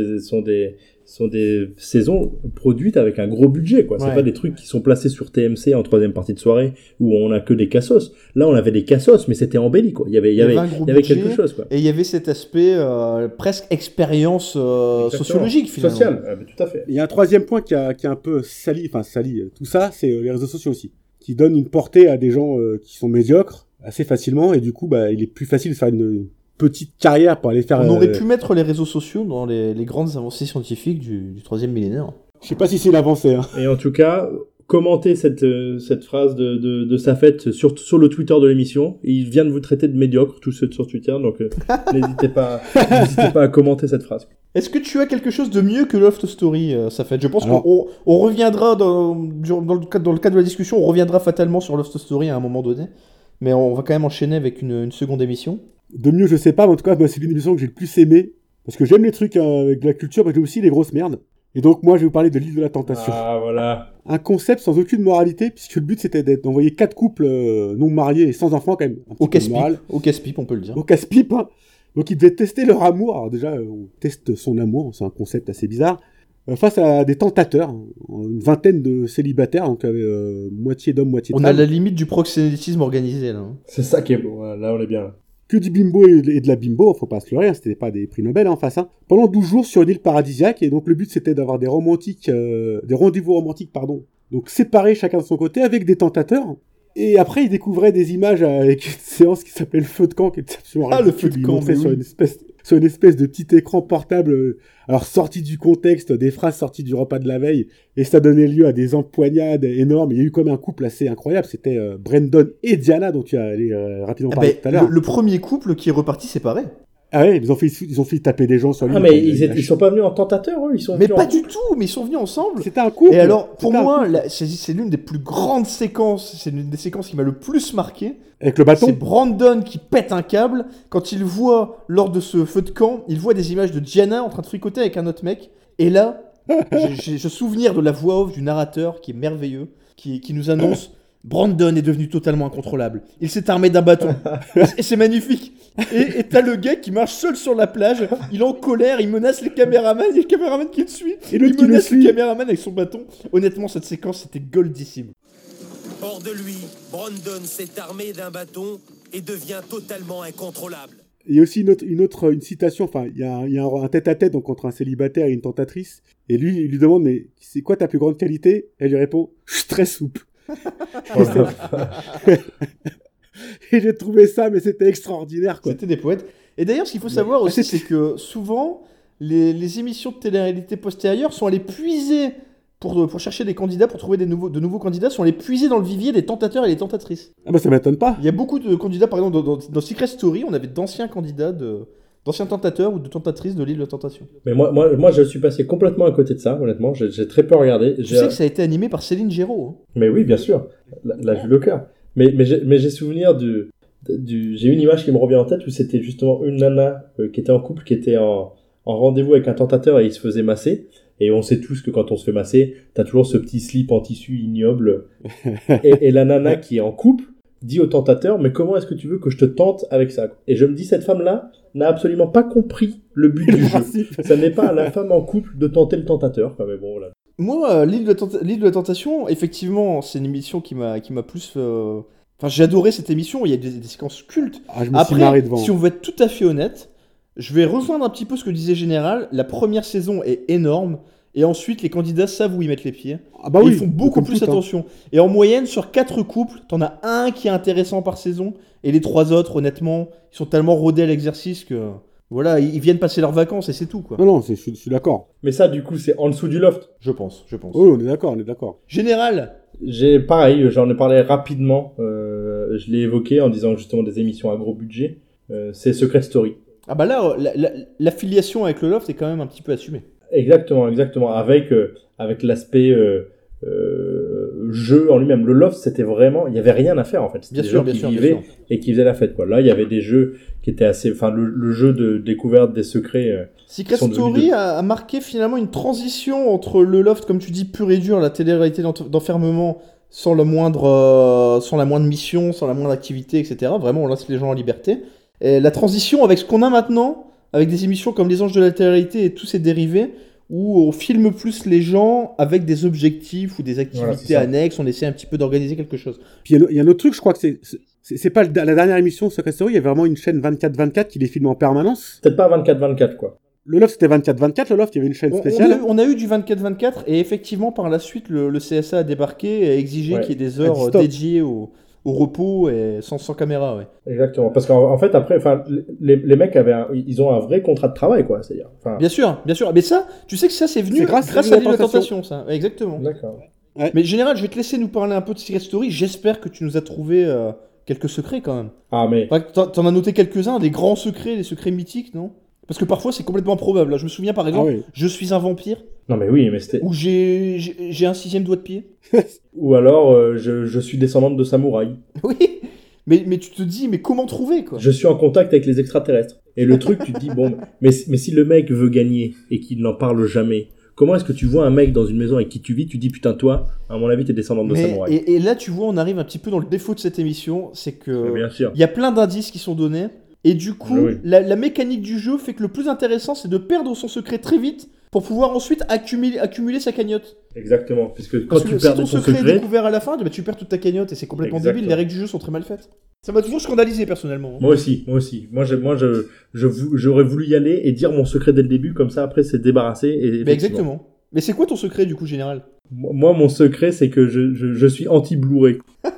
des saisons produites avec un gros budget, quoi. C'est pas des trucs qui sont placés sur TMC en troisième partie de soirée où on a que des cassos. Là, on avait des cassos, mais c'était embelli, quoi. Il y avait quelque chose, quoi. Et il y avait cet aspect presque expérience sociologique, finalement. Sociale, tout à fait. Il y a un troisième point qui a un peu sali tout ça, c'est les réseaux sociaux aussi, qui donnent une portée à des gens qui sont médiocres assez facilement, et du coup, bah, il est plus facile de faire une petite carrière pour aller faire... On aurait pu mettre les réseaux sociaux dans les grandes avancées scientifiques du troisième millénaire. Je sais pas si c'est une avancée. Hein. Et en tout cas, commentez cette phrase de Safet sur le Twitter de l'émission. Il vient de vous traiter de médiocre, tous ceux sur Twitter, donc n'hésitez pas à commenter cette phrase. Est-ce que tu as quelque chose de mieux que Loft Story, Safet ? Je pense qu'on reviendra dans le cadre de la discussion, on reviendra fatalement sur Loft Story à un moment donné, mais on va quand même enchaîner avec une seconde émission. De mieux, je sais pas, mais en tout cas, bah, c'est l'une des émissions que j'ai le plus aimé, parce que j'aime les trucs avec de la culture, mais j'ai aussi les grosses merdes. Et donc, moi, je vais vous parler de l'île de la Tentation. Ah, voilà. Un concept sans aucune moralité, puisque le but, c'était d'envoyer 4 couples non mariés et sans enfants, quand même. Au casse-pipe, on peut le dire. Au casse-pipe, hein. Donc, ils devaient tester leur amour. Alors, déjà, on teste son amour, c'est un concept assez bizarre. Face à des tentateurs, une vingtaine de célibataires, donc moitié d'hommes, moitié de femmes. On a la limite du proxénétisme organisé, là. C'est ça qui est beau, là, on est bien, là. Que du bimbo et de la bimbo, faut pas se leurrer, hein, c'était pas des prix Nobel en face. Hein. Pendant 12 jours sur une île paradisiaque, et donc le but c'était d'avoir des rendez-vous romantiques, donc séparés chacun de son côté avec des tentateurs. Et après, ils découvraient des images avec une séance qui s'appelait le feu de camp, qui était absolument le feu de camp, sur une espèce de petit écran portable, alors sorti du contexte, des phrases sorties du repas de la veille, et ça donnait lieu à des empoignades énormes. Il y a eu comme un couple assez incroyable, c'était Brandon et Diana, dont tu as allé rapidement parler tout à l'heure. Le premier couple qui est reparti séparé. Ah ouais, ils ont fait taper des gens sur l'île. Ah mais ils sont pas venus en tentateur, eux, ils sont mais venus pas du tout, mais ils sont venus ensemble. C'était un couple. Et alors, pour moi, c'est l'une des plus grandes séquences, c'est l'une des séquences qui m'a le plus marqué. Avec le bâton. C'est Brandon qui pète un câble quand il voit, lors de ce feu de camp, il voit des images de Diana en train de fricoter avec un autre mec. Et là, j'ai souvenir de la voix off du narrateur qui est merveilleux, qui nous annonce Brandon est devenu totalement incontrôlable. Il s'est armé d'un bâton. Et c'est magnifique. Et t'as le gars qui marche seul sur la plage, il est en colère, il menace les caméramans, il y a le caméraman qui le suit. Et il menace le caméraman avec son bâton. Honnêtement, cette séquence, c'était goldissime. Hors de lui, Brandon s'est armé d'un bâton et devient totalement incontrôlable. Il y a aussi une citation, enfin, il y a un tête-à-tête donc, entre un célibataire et une tentatrice. Et lui, il lui demande, mais c'est quoi ta plus grande qualité ? Elle lui répond, je suis très souple. Et j'ai trouvé ça, mais c'était extraordinaire, quoi. C'était des poètes. Et d'ailleurs, ce qu'il faut savoir aussi, c'est que souvent, les émissions de télé-réalité postérieures sont allées puiser, pour chercher des candidats, pour trouver de nouveaux candidats, sont allés puiser dans le vivier des tentateurs et des tentatrices. Ah bah ça m'étonne pas. Il y a beaucoup de candidats, par exemple, dans Secret Story, on avait d'anciens candidats, d'anciens tentateurs ou de tentatrices de l'île de Tentation. Mais moi, je suis passé complètement à côté de ça, honnêtement. J'ai très peu regardé. Tu sais que ça a été animé par Céline Géraud. Hein. Mais oui, bien sûr. La vue le cœur. Mais j'ai souvenir J'ai une image qui me revient en tête où c'était justement une nana qui était en couple, qui était en rendez-vous avec un tentateur et il se faisait masser. Et on sait tous que quand on se fait masser, t'as toujours ce petit slip en tissu ignoble. Et la nana qui est en couple dit au tentateur, mais comment est-ce que tu veux que je te tente avec ça? Et je me dis, cette femme-là n'a absolument pas compris le but du jeu. Ça n'est pas à la femme en couple de tenter le tentateur. Mais bon, voilà. Moi, l'île de la Tentation, effectivement, c'est une émission qui m'a plus... Enfin, j'ai adoré cette émission, il y a des séquences cultes. Ah, je me suis marré devant. Si on veut être tout à fait honnête, je vais rejoindre un petit peu ce que disait Général. La première saison est énorme, et ensuite, les candidats savent où ils mettent les pieds. Ah bah oui, ils font beaucoup plus attention. Et en moyenne, sur 4 couples, t'en as un qui est intéressant par saison, et les 3 autres, honnêtement, ils sont tellement rodés à l'exercice que... Voilà, ils viennent passer leurs vacances et c'est tout, quoi. Non, je suis d'accord. Mais ça, du coup, c'est en dessous du loft. Je pense. Oh, on est d'accord. Général. Pareil, j'en ai parlé rapidement. Je l'ai évoqué en disant justement des émissions à gros budget. C'est Secret Story. Ah bah là, l'affiliation avec le loft est quand même un petit peu assumée. Exactement. Avec l'aspect jeu en lui-même. Le loft, c'était vraiment... Il n'y avait rien à faire, en fait. C'était des gens qui vivaient et qui faisaient la fête, quoi. Là, il y avait des jeux qui étaient assez... Enfin, le jeu de découverte des secrets... Secret Story a marqué finalement une transition entre le loft, comme tu dis, pur et dur, la télé-réalité d'enfermement, sans la moindre mission, sans la moindre activité, etc. Vraiment, on laisse les gens en liberté. Et la transition avec ce qu'on a maintenant, avec des émissions comme Les Anges de la télé-réalité et tous ses dérivés, où on filme plus les gens avec des objectifs ou des activités annexes, on essaie un petit peu d'organiser quelque chose. Puis il y a un autre truc, je crois que c'est pas la dernière émission Secret Story, il y a vraiment une chaîne 24/24 qui les filme en permanence. Peut-être pas 24/24, quoi. Le loft c'était 24/24, le loft il y avait une chaîne spéciale. On a eu du 24/24 et effectivement par la suite le CSA a débarqué et a exigé qu'il y ait des heures dédiées au repos et sans caméra, ouais. Exactement, parce qu'en fait après, enfin, les mecs ils ont un vrai contrat de travail, quoi. C'est-à-dire. Bien sûr. Mais ça, tu sais que ça c'est venu grâce à l'île de la Tentation, ça. Exactement. D'accord. Ouais. Mais Général, je vais te laisser nous parler un peu de Secret Story. J'espère que tu nous as trouvé quelques secrets quand même. Ah mais. Enfin, t'en as noté quelques-uns, des grands secrets, des secrets mythiques, non? Parce que parfois c'est complètement improbable. Là, je me souviens par exemple, je suis un vampire. Non mais oui, mais c'était. Ou j'ai un 6e doigt de pied. Ou alors je suis descendante de samouraï. Oui. Mais tu te dis, mais comment trouver, quoi? Je suis en contact avec les extraterrestres. Et le truc, tu te dis, bon, mais si le mec veut gagner et qu'il n'en parle jamais, comment est-ce que tu vois un mec dans une maison avec qui tu vis, tu dis, putain, toi, à mon avis, t'es descendante de samouraï. Et là, tu vois, on arrive un petit peu dans le défaut de cette émission, c'est que bien sûr. Il y a plein d'indices qui sont donnés, et du coup, la mécanique du jeu fait que le plus intéressant, c'est de perdre son secret très vite pour pouvoir ensuite accumuler sa cagnotte. Exactement, puisque quand tu perds ton secret est découvert à la fin, tu perds toute ta cagnotte et c'est complètement débile. Les règles du jeu sont très mal faites. Ça m'a toujours scandalisé personnellement. Moi aussi. J'aurais voulu y aller et dire mon secret dès le début, comme ça après c'est débarrassé. Mais exactement. Mais c'est quoi ton secret du coup, Général? Moi, mon secret, c'est que je suis anti-Blu-ray.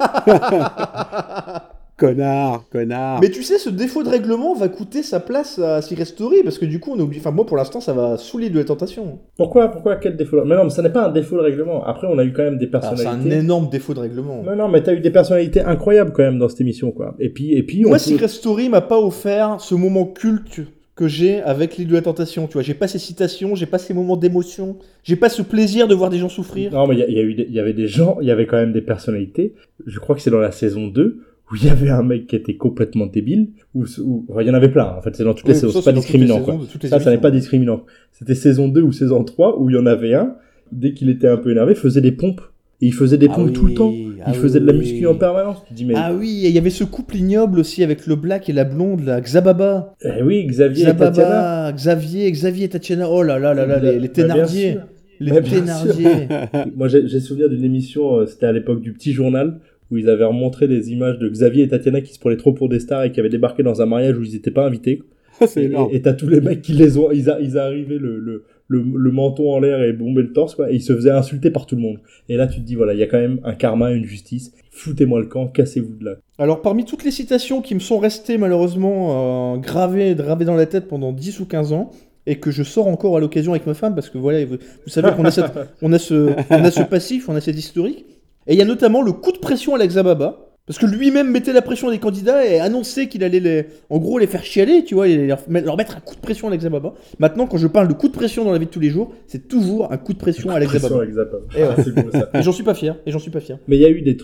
Connard. Mais tu sais, ce défaut de règlement va coûter sa place à Secret Story, parce que du coup, on oublie. Enfin, moi, pour l'instant, ça va saouler de la tentation. Pourquoi quel défaut? Mais non, mais ça n'est pas un défaut de règlement. Après, on a eu quand même des personnalités. C'est un énorme défaut de règlement. Non, mais t'as eu des personnalités incroyables quand même dans cette émission, quoi. Et puis. Moi, Secret Story m'a pas offert ce moment culte que j'ai avec l'île de la tentation. Tu vois, j'ai pas ces citations, j'ai pas ces moments d'émotion, j'ai pas ce plaisir de voir des gens souffrir. Non, mais il y avait des gens, il y avait quand même des personnalités. Je crois que c'est dans la saison 2. Où il y avait un mec qui était complètement débile, enfin, il y en avait plein, en fait, c'est dans toutes les saisons, c'est pas discriminant, quoi. Ça n'est pas discriminant. C'était saison 2 ou saison 3, où il y en avait un, dès qu'il était un peu énervé, faisait des pompes. Et il faisait des pompes tout le temps. Il faisait de la muscu en permanence. Tu dis, mais... Ah oui, et il y avait ce couple ignoble aussi avec le black et la blonde, là, Xababa. Oui, Xavier et Tatiana. Xavier et Tatiana. Oh là là là là, les Thénardier. Les Thénardier. Moi, j'ai souvenir d'une émission, c'était à l'époque du Petit Journal, où ils avaient remontré des images de Xavier et Tatiana qui se prenaient trop pour des stars et qui avaient débarqué dans un mariage où ils n'étaient pas invités. C'est énorme. Et t'as tous les mecs qui ils arrivaient le menton en l'air et bombaient le torse, quoi, et ils se faisaient insulter par tout le monde. Et là, tu te dis, voilà, il y a quand même un karma, une justice. Foutez-moi le camp, cassez-vous de là. Alors, parmi toutes les citations qui me sont restées malheureusement gravées dans la tête pendant 10 ou 15 ans, et que je sors encore à l'occasion avec ma femme, parce que voilà, vous savez qu'on a on a ce passif, on a cette historique. Et il y a notamment le coup de pression à la Xababa, parce que lui-même mettait la pression des candidats et annonçait qu'il allait les faire chialer, tu vois, et leur mettre un coup de pression à la Xababa. Maintenant, quand je parle de coup de pression dans la vie de tous les jours, c'est toujours un coup de pression à la Xababa. Et, ouais. C'est beau, ça. Et j'en suis pas fier. Mais il y a eu des trucs,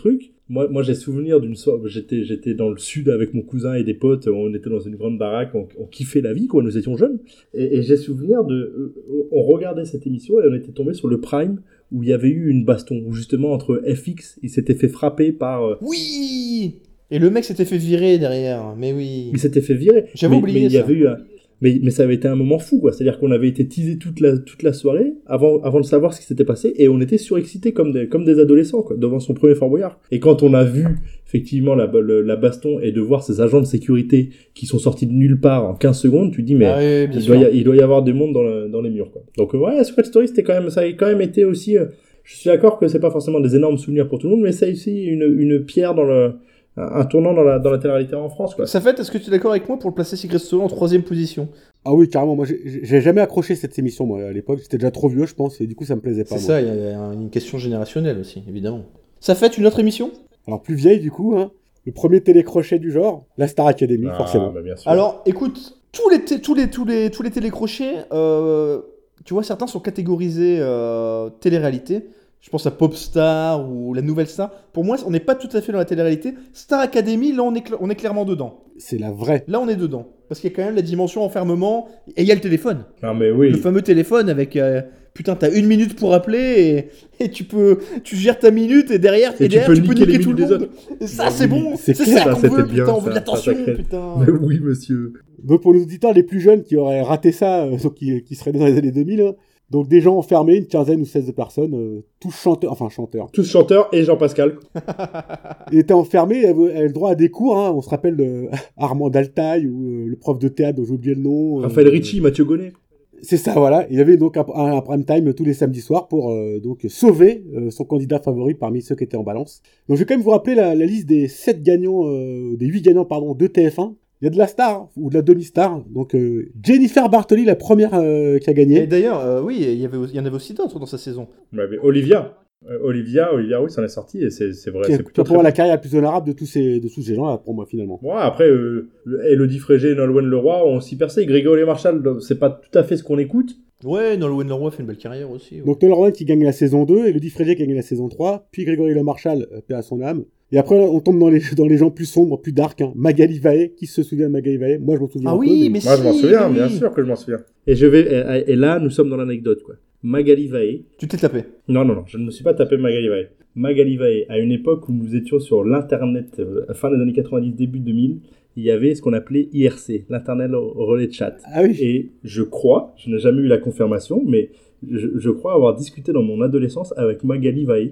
Moi, j'ai souvenir d'une soirée, j'étais dans le sud avec mon cousin et des potes, on était dans une grande baraque, on kiffait la vie, quoi, nous étions jeunes. Et j'ai souvenir on regardait cette émission et on était tombé sur le Prime où il y avait eu une baston, où justement entre FX, il s'était fait frapper par... Oui. Et le mec s'était fait virer derrière, mais oui. Il s'était fait virer. J'avais oublié mais il y ça. avait eu mais ça avait été un moment fou, quoi. C'est-à-dire qu'on avait été teasé toute la soirée avant de savoir ce qui s'était passé et on était surexcités comme des adolescents, quoi, devant son premier Fort Boyard. Et quand on a vu effectivement la baston et de voir ces agents de sécurité qui sont sortis de nulle part en 15 secondes, tu dis mais il doit y avoir du monde dans les murs, quoi. Donc ouais, Secret Story ça a quand même été aussi je suis d'accord que c'est pas forcément des énormes souvenirs pour tout le monde, mais c'est aussi une pierre dans un tournant dans la télé-réalité en France, quoi. Ça fait, est-ce que tu es d'accord avec moi pour le placer Secret Story en 3ème position? Ah oui, carrément. Moi, j'ai jamais accroché cette émission, moi, à l'époque. J'étais déjà trop vieux, je pense, et du coup, ça me plaisait pas. C'est ça, il y a une question générationnelle aussi, évidemment. Ça fait une autre émission? Alors, plus vieille, du coup, hein. Le premier télécrochet du genre, la Star Academy, forcément. Bah, bien sûr. Alors, écoute, tous les télécrochets, tu vois, certains sont catégorisés télé-réalité. Je pense à Popstar ou La Nouvelle Star. Pour moi, on n'est pas tout à fait dans la télé-réalité. Star Academy, là, on est clairement dedans. C'est la vraie. Là, on est dedans. Parce qu'il y a quand même la dimension enfermement. Et il y a le téléphone. Non, mais oui. Le fameux téléphone avec... putain, t'as 1 minute pour appeler et tu gères ta minute et derrière, tu peux niquer tout le monde. Et ça, c'est bon. C'est ça qu'on veut, putain. On veut de l'attention, putain. Mais oui, monsieur. Donc, pour les auditeurs les plus jeunes qui auraient raté ça, qui seraient dans les années 2000, hein, donc des gens enfermés, une quinzaine ou 16 de personnes, tous chanteurs. Tous chanteurs et Jean-Pascal. Ils étaient enfermés, ils avaient le droit à des cours, hein. On se rappelle de Armand Altaï ou le prof de théâtre dont j'ai oublié le nom. Raphaël Ricci, Mathieu Gonnet. C'est ça, voilà. Il y avait donc un prime time tous les samedis soirs pour donc sauver son candidat favori parmi ceux qui étaient en balance. Donc je vais quand même vous rappeler la liste des 7 gagnants, des 8 gagnants de TF1. Il y a de la star ou de la demi-star. Donc Jennifer Bartoli, la première qui a gagné. Et d'ailleurs, oui, il y en avait aussi d'autres dans sa saison. Mais Olivia, oui, ça en est sorti et c'est vrai. C'est plutôt pour moi la carrière la plus honorable de tous ces gens-là, pour moi, finalement. Ouais, après, Elodie Frégé et Nolwenn Leroy ont aussi percé. Grégory Marchal, c'est pas tout à fait ce qu'on écoute. Ouais, Nolwenn Leroy fait une belle carrière aussi. Ouais. Donc Nolwenn qui gagne la saison 2, Elodie Frégé qui gagne la saison 3, puis Grégory Le Marchal, paix à son âme. Et après, on tombe dans les gens plus sombres, plus dark, hein. Magali Vaé, qui se souvient de Magali Vaé? Moi, je m'en souviens. Ah oui, mais moi, je m'en souviens, bien sûr que je m'en souviens. Et là, nous sommes dans l'anecdote, quoi. Magali Vaé. Tu t'es tapé? Non, je ne me suis pas tapé Magali Vaé. Magali Vaé, à une époque où nous étions sur l'internet, fin des années 90, début 2000, il y avait ce qu'on appelait IRC, l'internet relais de chat. Ah oui. Et je n'ai jamais eu la confirmation, mais je crois avoir discuté dans mon adolescence avec Magali Vaé.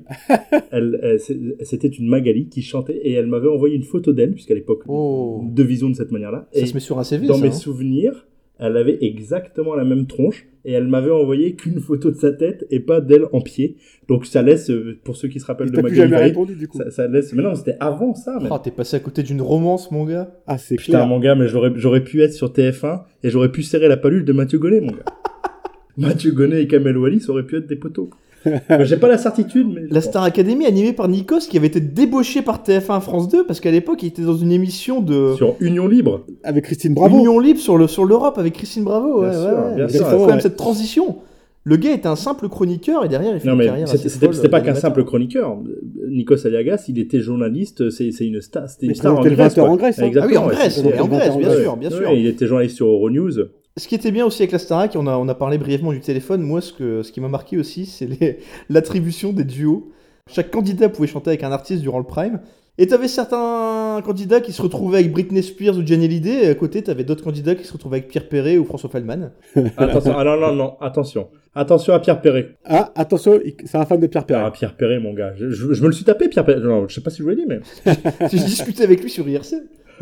C'était une Magali qui chantait et elle m'avait envoyé une photo d'elle, puisqu'à l'époque, de vision de cette manière-là. Ça se met sur un CV, dans mes souvenirs, elle avait exactement la même tronche et elle m'avait envoyé qu'une photo de sa tête et pas d'elle en pied. Donc ça laisse, pour ceux qui se rappellent de Magali Vaé, ça laisse... Mais non, c'était avant ça. Même. Oh, t'es passé à côté d'une romance, mon gars. Ah, c'est putain, mon gars, mais j'aurais pu être sur TF1 et j'aurais pu serrer la paluche de Mathieu Gonnet, mon gars. Mathieu Gonnet et Kamel Ouali, ça aurait pu être des poteaux. J'ai pas la certitude, mais... La Star Academy animée par Nikos, qui avait été débauché par TF1 France 2, parce qu'à l'époque, il était dans une émission sur Union Libre. Avec Christine Bravo. Union Libre sur l'Europe, avec Christine Bravo. Bien sûr. Il y a quand même cette transition. Le gars était un simple chroniqueur, et derrière, il fait une carrière assez folle. C'était pas qu'un simple chroniqueur. Nikos Aliagas, il était journaliste, c'est une star. C'était une star en Grèce. En Grèce, hein. Ah oui, en Grèce, bien sûr. Il était journaliste sur Euronews. Ce qui était bien aussi avec la Starac, on a parlé brièvement du téléphone, moi ce qui m'a marqué aussi, c'est l'attribution des duos. Chaque candidat pouvait chanter avec un artiste durant le prime, et t'avais certains candidats qui se retrouvaient avec Britney Spears ou Johnny Hallyday, et à côté t'avais d'autres candidats qui se retrouvaient avec Pierre Perret ou François Feldman. Attention, attention à Pierre Perret. Ah, attention, c'est un fan de Pierre Perret. Ah, Pierre Perret, mon gars, je me le suis tapé, Pierre Perret, non, je sais pas si je vous l'ai dit, mais... J'ai discuté avec lui sur IRC.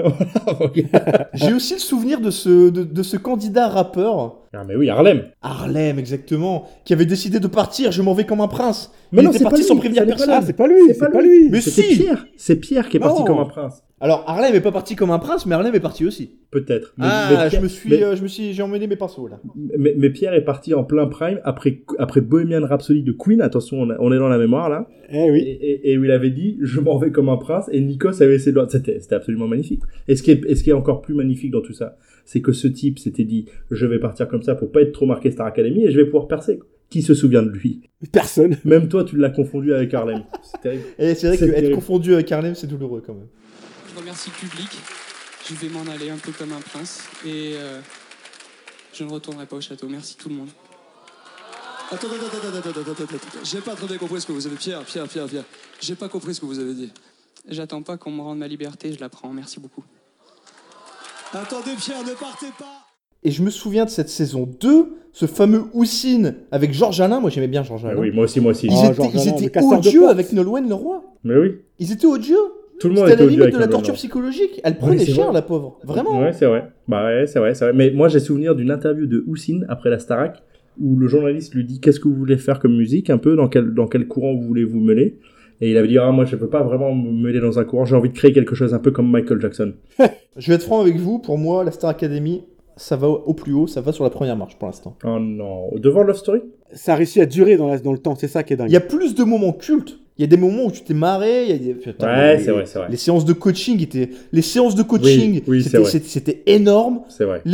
J'ai aussi le souvenir de ce candidat rappeur. Ah mais oui, Harlem, exactement, qui avait décidé de partir. Je m'en vais comme un prince. Mais il non, était parti sans prévenir personne. Ah, c'est pas lui. Mais si, c'est Pierre qui est parti comme un prince. Alors Harlem est pas parti comme un prince, mais Harlem est parti aussi. Peut-être. J'ai emmené mes pinceaux là. Mais Pierre est parti en plein prime après Bohemian Rhapsody de Queen. Attention, on est dans la mémoire là. Eh oui. Et où il avait dit je m'en vais comme un prince et Nikos avait essayé de... C'était absolument magnifique. Et ce qui est encore plus magnifique dans tout ça, c'est que ce type s'était dit je vais partir comme ça pour pas être trop marqué Star Academy et je vais pouvoir percer. Qui se souvient de lui? Personne. Même toi, tu l'as confondu avec Harlem. C'est terrible. Et c'est vrai C'est qu'être terrible. confondu avec Harlem, c'est douloureux quand même. Je remercie le public. Je vais m'en aller un peu comme un prince. Et je ne retournerai pas au château. Merci tout le monde. Attends. J'ai pas très bien compris ce que vous avez... Pierre. J'ai pas compris ce que vous avez dit. J'attends pas qu'on me rende ma liberté, je la prends. Merci beaucoup. Attendez, Pierre, ne partez pas. Et je me souviens de cette saison 2, ce fameux Houssine avec Georges Alain. Moi, j'aimais bien Georges Alain. Oui, moi aussi. Ils Oh, étaient, Georges ils Alain, le étaient casseur de odieux porte. avec Nolwenn Leroy. Mais oui. Ils étaient odieux. Tout le monde C'était à était la odieux limite avec de la Nolwenn torture Leroy. psychologique. Elle prenait c'est cher, vrai. la pauvre. Vraiment. Ouais, c'est vrai. Bah ouais, c'est vrai. Mais moi, j'ai souvenir d'une interview de Houssine après la Starac où le journaliste lui dit qu'est-ce que vous voulez faire comme musique, un peu, dans quel courant vous voulez vous mêler. Et il avait dit, moi, je peux pas vraiment me mêler dans un courant, j'ai envie de créer quelque chose un peu comme Michael Jackson. Je vais être franc avec vous. Pour moi, la Star Academy, ça va au plus haut. Ça va sur la première marche pour l'instant. Oh non. Devant Love Story? Ça a réussi à durer dans le temps, c'est ça qui est dingue. Il y a plus de moments cultes. Il y a des moments où tu t'es marré. Il y a des... Putain, Ouais, les- c'est vrai. Les séances de coaching étaient... Les séances de coaching, Oui, c'est c'était, vrai. c'était énorme. C'est vrai.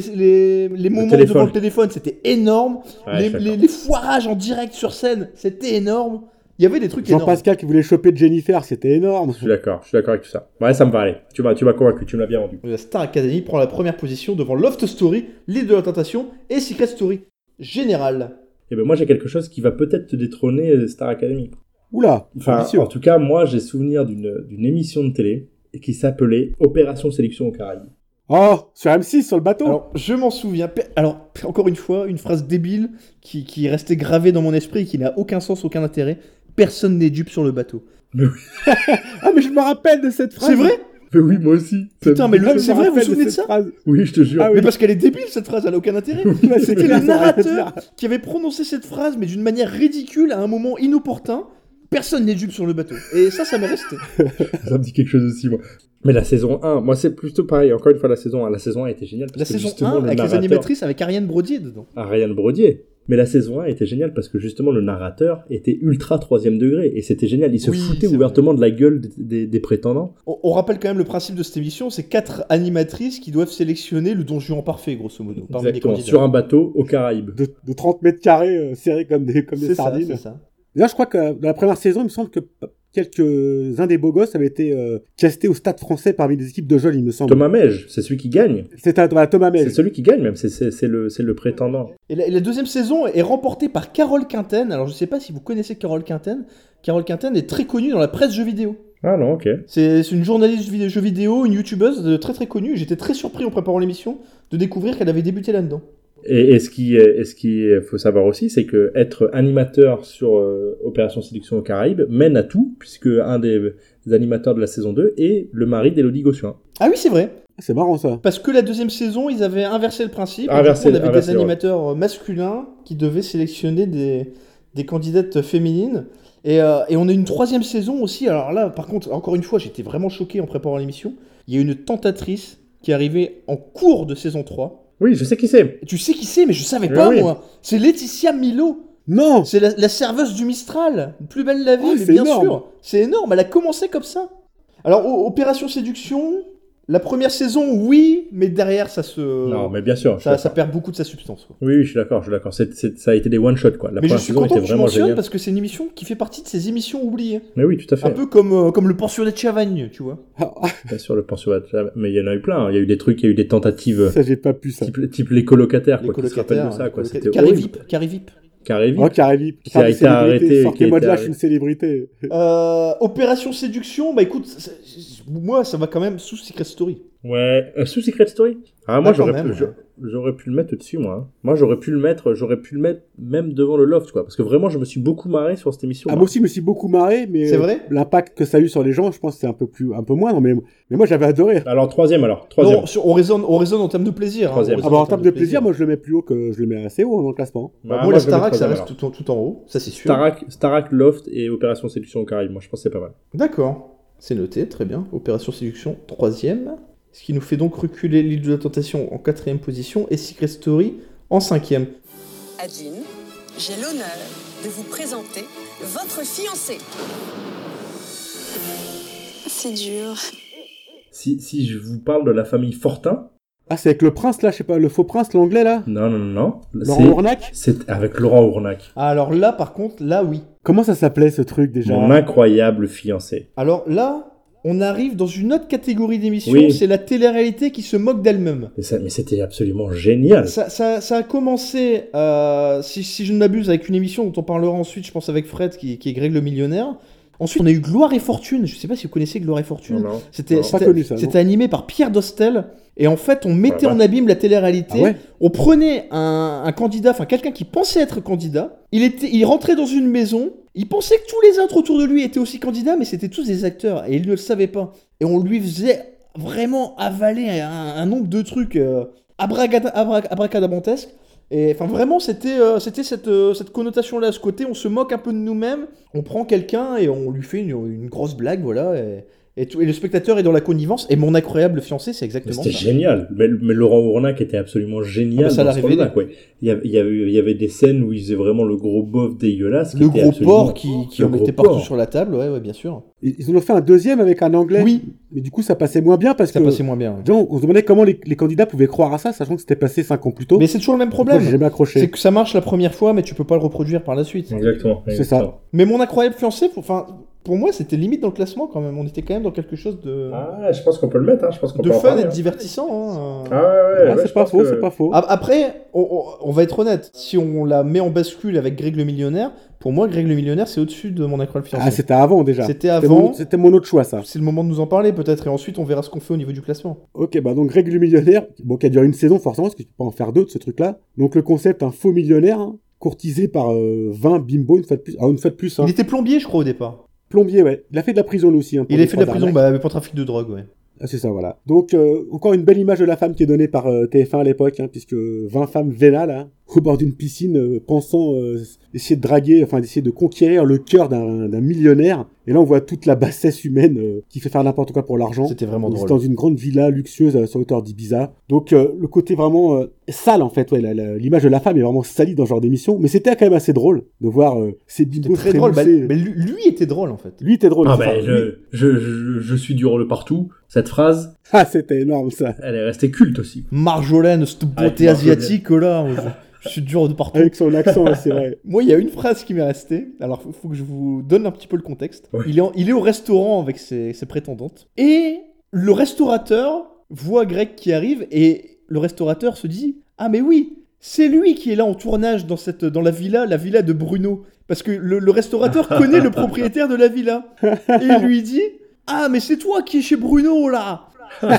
Les moments téléphone. devant le téléphone, c'était énorme. Ouais, je suis d'accord. les foirages en direct sur scène, c'était énorme. Il y avait des trucs énormes. Jean-Pascal qui voulait choper Jennifer, c'était énorme. Je suis d'accord avec tout ça. Ouais, ça me va aller. Tu m'as convaincu, tu me l'as bien rendu. La Star Academy prend la première position devant Loft Story, L'île de la tentation et Secret Story. Général. Et ben moi, j'ai quelque chose qui va peut-être te détrôner Star Academy. Oula, Enfin, ambitieux. en tout cas, moi, j'ai souvenir d'une émission de télé qui s'appelait Opération Sélection aux Caraïbes. Oh, sur M6, sur le bateau. Alors, je m'en souviens. Alors, encore une fois, une phrase débile qui est restée gravée dans mon esprit et qui n'a aucun sens, aucun intérêt. Personne n'est dupe sur le bateau. Ah, mais je me rappelle de cette phrase. C'est vrai? Mais oui, moi aussi. Putain, mais Ah, je c'est me vrai, vous vous rappelle souvenez de cette ça? phrase. Oui, je te jure. Ah oui. Mais parce qu'elle est débile cette phrase, elle a aucun intérêt. Ouais, C'était clair, le ça arrête de narrateur qui avait prononcé cette phrase, mais d'une manière ridicule, à un moment inopportun. Personne n'est dupe sur le bateau. Et ça m'est resté. Ça me dit quelque chose aussi, moi. Mais la saison 1, moi, c'est plutôt pareil. Encore une fois, la saison 1. La saison 1 était géniale. Parce La que saison justement, 1, le avec les narrateur- animatrices, avec Ariane Brodier dedans. Ariane Brodier. Mais la saison 1 était géniale parce que justement, le narrateur était ultra 3e degré. Et c'était génial. Il se Oui, foutait c'est ouvertement de la gueule des prétendants. On rappelle quand même le principe de cette émission, c'est 4 animatrices qui doivent sélectionner le don Juan parfait, grosso modo. Parmi les Exactement. candidats. Sur un bateau aux Caraïbes. De 30 mètres carrés serrés comme des C'est ça, sardines. c'est ça. D'ailleurs, je crois que dans la première saison, il me semble que quelques-uns des beaux gosses avaient été castés au Stade français parmi des équipes de jeunes, il me semble. Thomas Mège, c'est celui qui gagne. C'était Thomas C'est Mel. celui qui gagne même. C'est le prétendant. Et la deuxième saison est remportée par Carole Quinten. Alors je sais pas si vous connaissez Carole Quinten. Carole Quinten est très connue dans la presse jeux vidéo. Ah non, ok. C'est une journaliste jeux vidéo, une youtubeuse très très connue. J'étais très surpris en préparant l'émission de découvrir qu'elle avait débuté là-dedans. Et ce qui faut savoir aussi, c'est que être animateur sur Opération Sélection aux Caraïbes mène à tout, puisque un des animateurs de la saison 2 est le mari d'Élodie Gossuin. Ah oui, c'est vrai. C'est marrant ça. Parce que la deuxième saison, ils avaient inversé le principe. Inversé, Et du coup, on avait inversé, des ouais. animateurs masculins qui devaient sélectionner des candidates féminines. Et on a une troisième saison aussi. Alors là, par contre, encore une fois, j'étais vraiment choqué en préparant l'émission. Il y a une tentatrice qui est arrivée en cours de saison 3. Oui, je sais qui c'est. Tu sais qui c'est, mais je savais Mais pas, oui. moi. C'est Laetitia Milo. Non. C'est la serveuse du Mistral. Plus belle la vie, Oh, mais c'est bien énorme. sûr. C'est énorme. Elle a commencé comme ça. Alors, Opération Séduction, la première saison, oui, mais derrière, ça se... Non, mais bien sûr. je suis Ça d'accord. perd beaucoup de sa substance. Quoi. Oui, je suis d'accord. Ça a été des one-shots, quoi. La Mais je première suis saison content était que tu vraiment mentionnes géniale. parce que c'est une émission qui fait partie de ces émissions oubliées. Mais oui, tout à fait. Un peu comme le pensionnaire de Chavagne, tu vois. Bien sûr, le pensionnat. Mais il y en a eu plein. Il y a eu des trucs, il y a eu des tentatives Ça, j'ai pas pu ça. type les colocataires, Les quoi. Qui se rappellent colocataires. de ça, quoi. les C'était Carré horrible. VIP. Carré VIP. Carré VIP. Oh, Caraïbes. Qui a été arrêté, Sortez-moi de qui a là, été je suis une célébrité. Opération Séduction, bah écoute, moi ça va quand même sous Secret Story. Ouais, sous Secret Story. Ah, moi, Ah, quand j'aurais même, pu, ouais. j'aurais pu le mettre au-dessus, moi. Hein. Moi, j'aurais pu le mettre même devant le Loft, quoi. Parce que vraiment, je me suis beaucoup marré sur cette émission. Ah, moi aussi, je me suis beaucoup marré, mais C'est vrai l'impact que ça a eu sur les gens, je pense que c'est un peu moins. Mais moi, j'avais adoré. Alors, troisième. Non, on raisonne en termes de plaisir. Troisième. On Ah raisonne bah, en termes de plaisir, moi, je le mets plus haut que je le mets assez haut dans le classement. Bah, Ah, moi, la je le mets Starac, ça troisième, reste alors. tout en haut, ça c'est sûr. Starac, Loft et Opération Séduction aux Caraïbes. Moi, je pense que c'est pas mal. D'accord, c'est noté, très bien. Opération Séduction, 3ème. Ce qui nous fait donc reculer l'île de la Tentation en 4ème position et Secret Story en 5ème. Adine, j'ai l'honneur de vous présenter votre fiancé. C'est dur. Si je vous parle de la famille Fortin, Ah, c'est avec le prince, là, je sais pas, le faux prince, l'anglais, là? Non. Laurent Ournac? C'est avec Laurent Ournac. Alors là, par contre, là, oui. Comment ça s'appelait, ce truc, déjà? Mon incroyable fiancé. Alors là, on arrive dans une autre catégorie d'émission, Oui. c'est la télé-réalité qui se moque d'elle-même. Mais c'était absolument génial. Ça a commencé, si je ne m'abuse, avec une émission dont on parlera ensuite, je pense avec Fred, qui est Greg le millionnaire. Ensuite, on a eu Gloire et Fortune. Je ne sais pas si vous connaissez Gloire et Fortune. Non. C'était animé par Pierre Dostel. Et en fait, on mettait en abîme la télé-réalité. Ah ouais. On prenait un candidat, enfin quelqu'un qui pensait être candidat. Il rentrait dans une maison. Il pensait que tous les autres autour de lui étaient aussi candidats, mais c'était tous des acteurs. Et il ne le savait pas. Et on lui faisait vraiment avaler un nombre de trucs abracadabrantesques. Et enfin vraiment c'était cette connotation-là, ce côté on se moque un peu de nous-mêmes, on prend quelqu'un et on lui fait une grosse blague, voilà, et le spectateur est dans la connivence. Et Mon incroyable fiancé, c'est exactement ça. C'était génial. Mais Laurent Ournac était absolument génial. Ah bah ça dans l'a ce révélé. rôle-là, quoi. Il y avait des scènes où il faisait vraiment le gros bof dégueulasse. Le gros porc qui en mettait partout sur la table, ouais, bien sûr. Ils en ont fait un deuxième avec un anglais. Oui. Mais du coup, ça passait moins bien parce Ça passait moins bien. Genre, on se demandait comment les candidats pouvaient croire à ça, sachant que c'était passé 5 ans plus tôt. Mais c'est toujours le même problème. J'ai jamais accroché. C'est que ça marche la première fois, mais tu peux pas le reproduire par la suite. Exactement. C'est ça. Mais Mon incroyable fiancé, pour moi, c'était limite dans le classement quand même. On était quand même dans quelque chose de... Ah, je pense qu'on peut le mettre, hein. Je pense qu'on de peut en fun parler, et de hein. divertissant. Hein. Ah ouais, c'est pas faux, c'est pas faux. Après, on va être honnête. Si on la met en bascule avec Greg le millionnaire, pour moi, Greg le millionnaire, c'est au-dessus de Mon incroyable fiancé. Ah, c'était avant déjà. C'était avant. C'était mon autre choix, ça. C'est le moment de nous en parler peut-être, et ensuite on verra ce qu'on fait au niveau du classement. Ok, bah donc Greg le millionnaire, bon, qui a duré une saison forcément, parce que tu peux pas en faire d'autres, ce truc-là. Donc le concept, un faux millionnaire, hein, courtisé par 20 bimbos, une fois de plus. Ah, une fois de plus, hein. Il était plombier, je crois, au départ. Plombier, ouais. Il a fait de la prison lui aussi. Hein, Il a fait de la prison, pour trafic de drogue, ouais. Ah, c'est ça, voilà. Donc, encore une belle image de la femme qui est donnée par TF1 à l'époque, hein, puisque 20 femmes vénales, hein, au bord d'une piscine, pensant essayer de draguer, enfin d'essayer de conquérir le cœur d'un millionnaire. Et là, on voit toute la bassesse humaine qui fait faire n'importe quoi pour l'argent. C'était vraiment drôle. C'est dans une grande villa luxueuse sur hauteur d'Ibiza. Donc, le côté vraiment sale, en fait, ouais, l'image de la femme est vraiment salie dans ce genre d'émission. Mais c'était quand même assez drôle de voir ces bimbos très drôle. Mais lui était drôle, en fait. Lui était drôle. Ah je suis du rôle partout. Cette phrase. Ah, c'était énorme, ça. Elle est restée culte aussi. Marjolaine, cette beauté asiatique, là. Je suis dur de partout. Avec son accent, c'est vrai. Moi, il y a une phrase qui m'est restée. Alors, il faut que je vous donne un petit peu le contexte. Ouais. Il est au restaurant avec ses prétendantes. Et le restaurateur voit Greg qui arrive. Et le restaurateur se dit « Ah, mais oui, c'est lui qui est là en tournage dans la villa de Bruno. » Parce que le restaurateur connaît le propriétaire de la villa. Et il lui dit « Ah, mais c'est toi qui es chez Bruno, là !»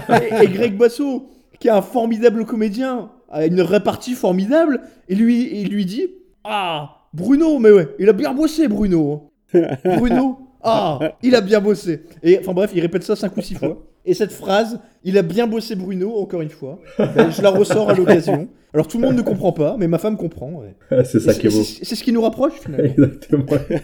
Et Greg Basso, qui est un formidable comédien, a une répartie formidable, et lui dit « Ah, Bruno, mais ouais, il a bien bossé, Bruno. Bruno, ah, il a bien bossé. » Et enfin bref, il répète ça 5 ou 6 fois. Et cette phrase, il a bien bossé Bruno, encore une fois, je la ressors à l'occasion. Alors tout le monde ne comprend pas, mais ma femme comprend. Ouais. C'est ça qui est beau. C'est ce qui nous rapproche, finalement. Exactement.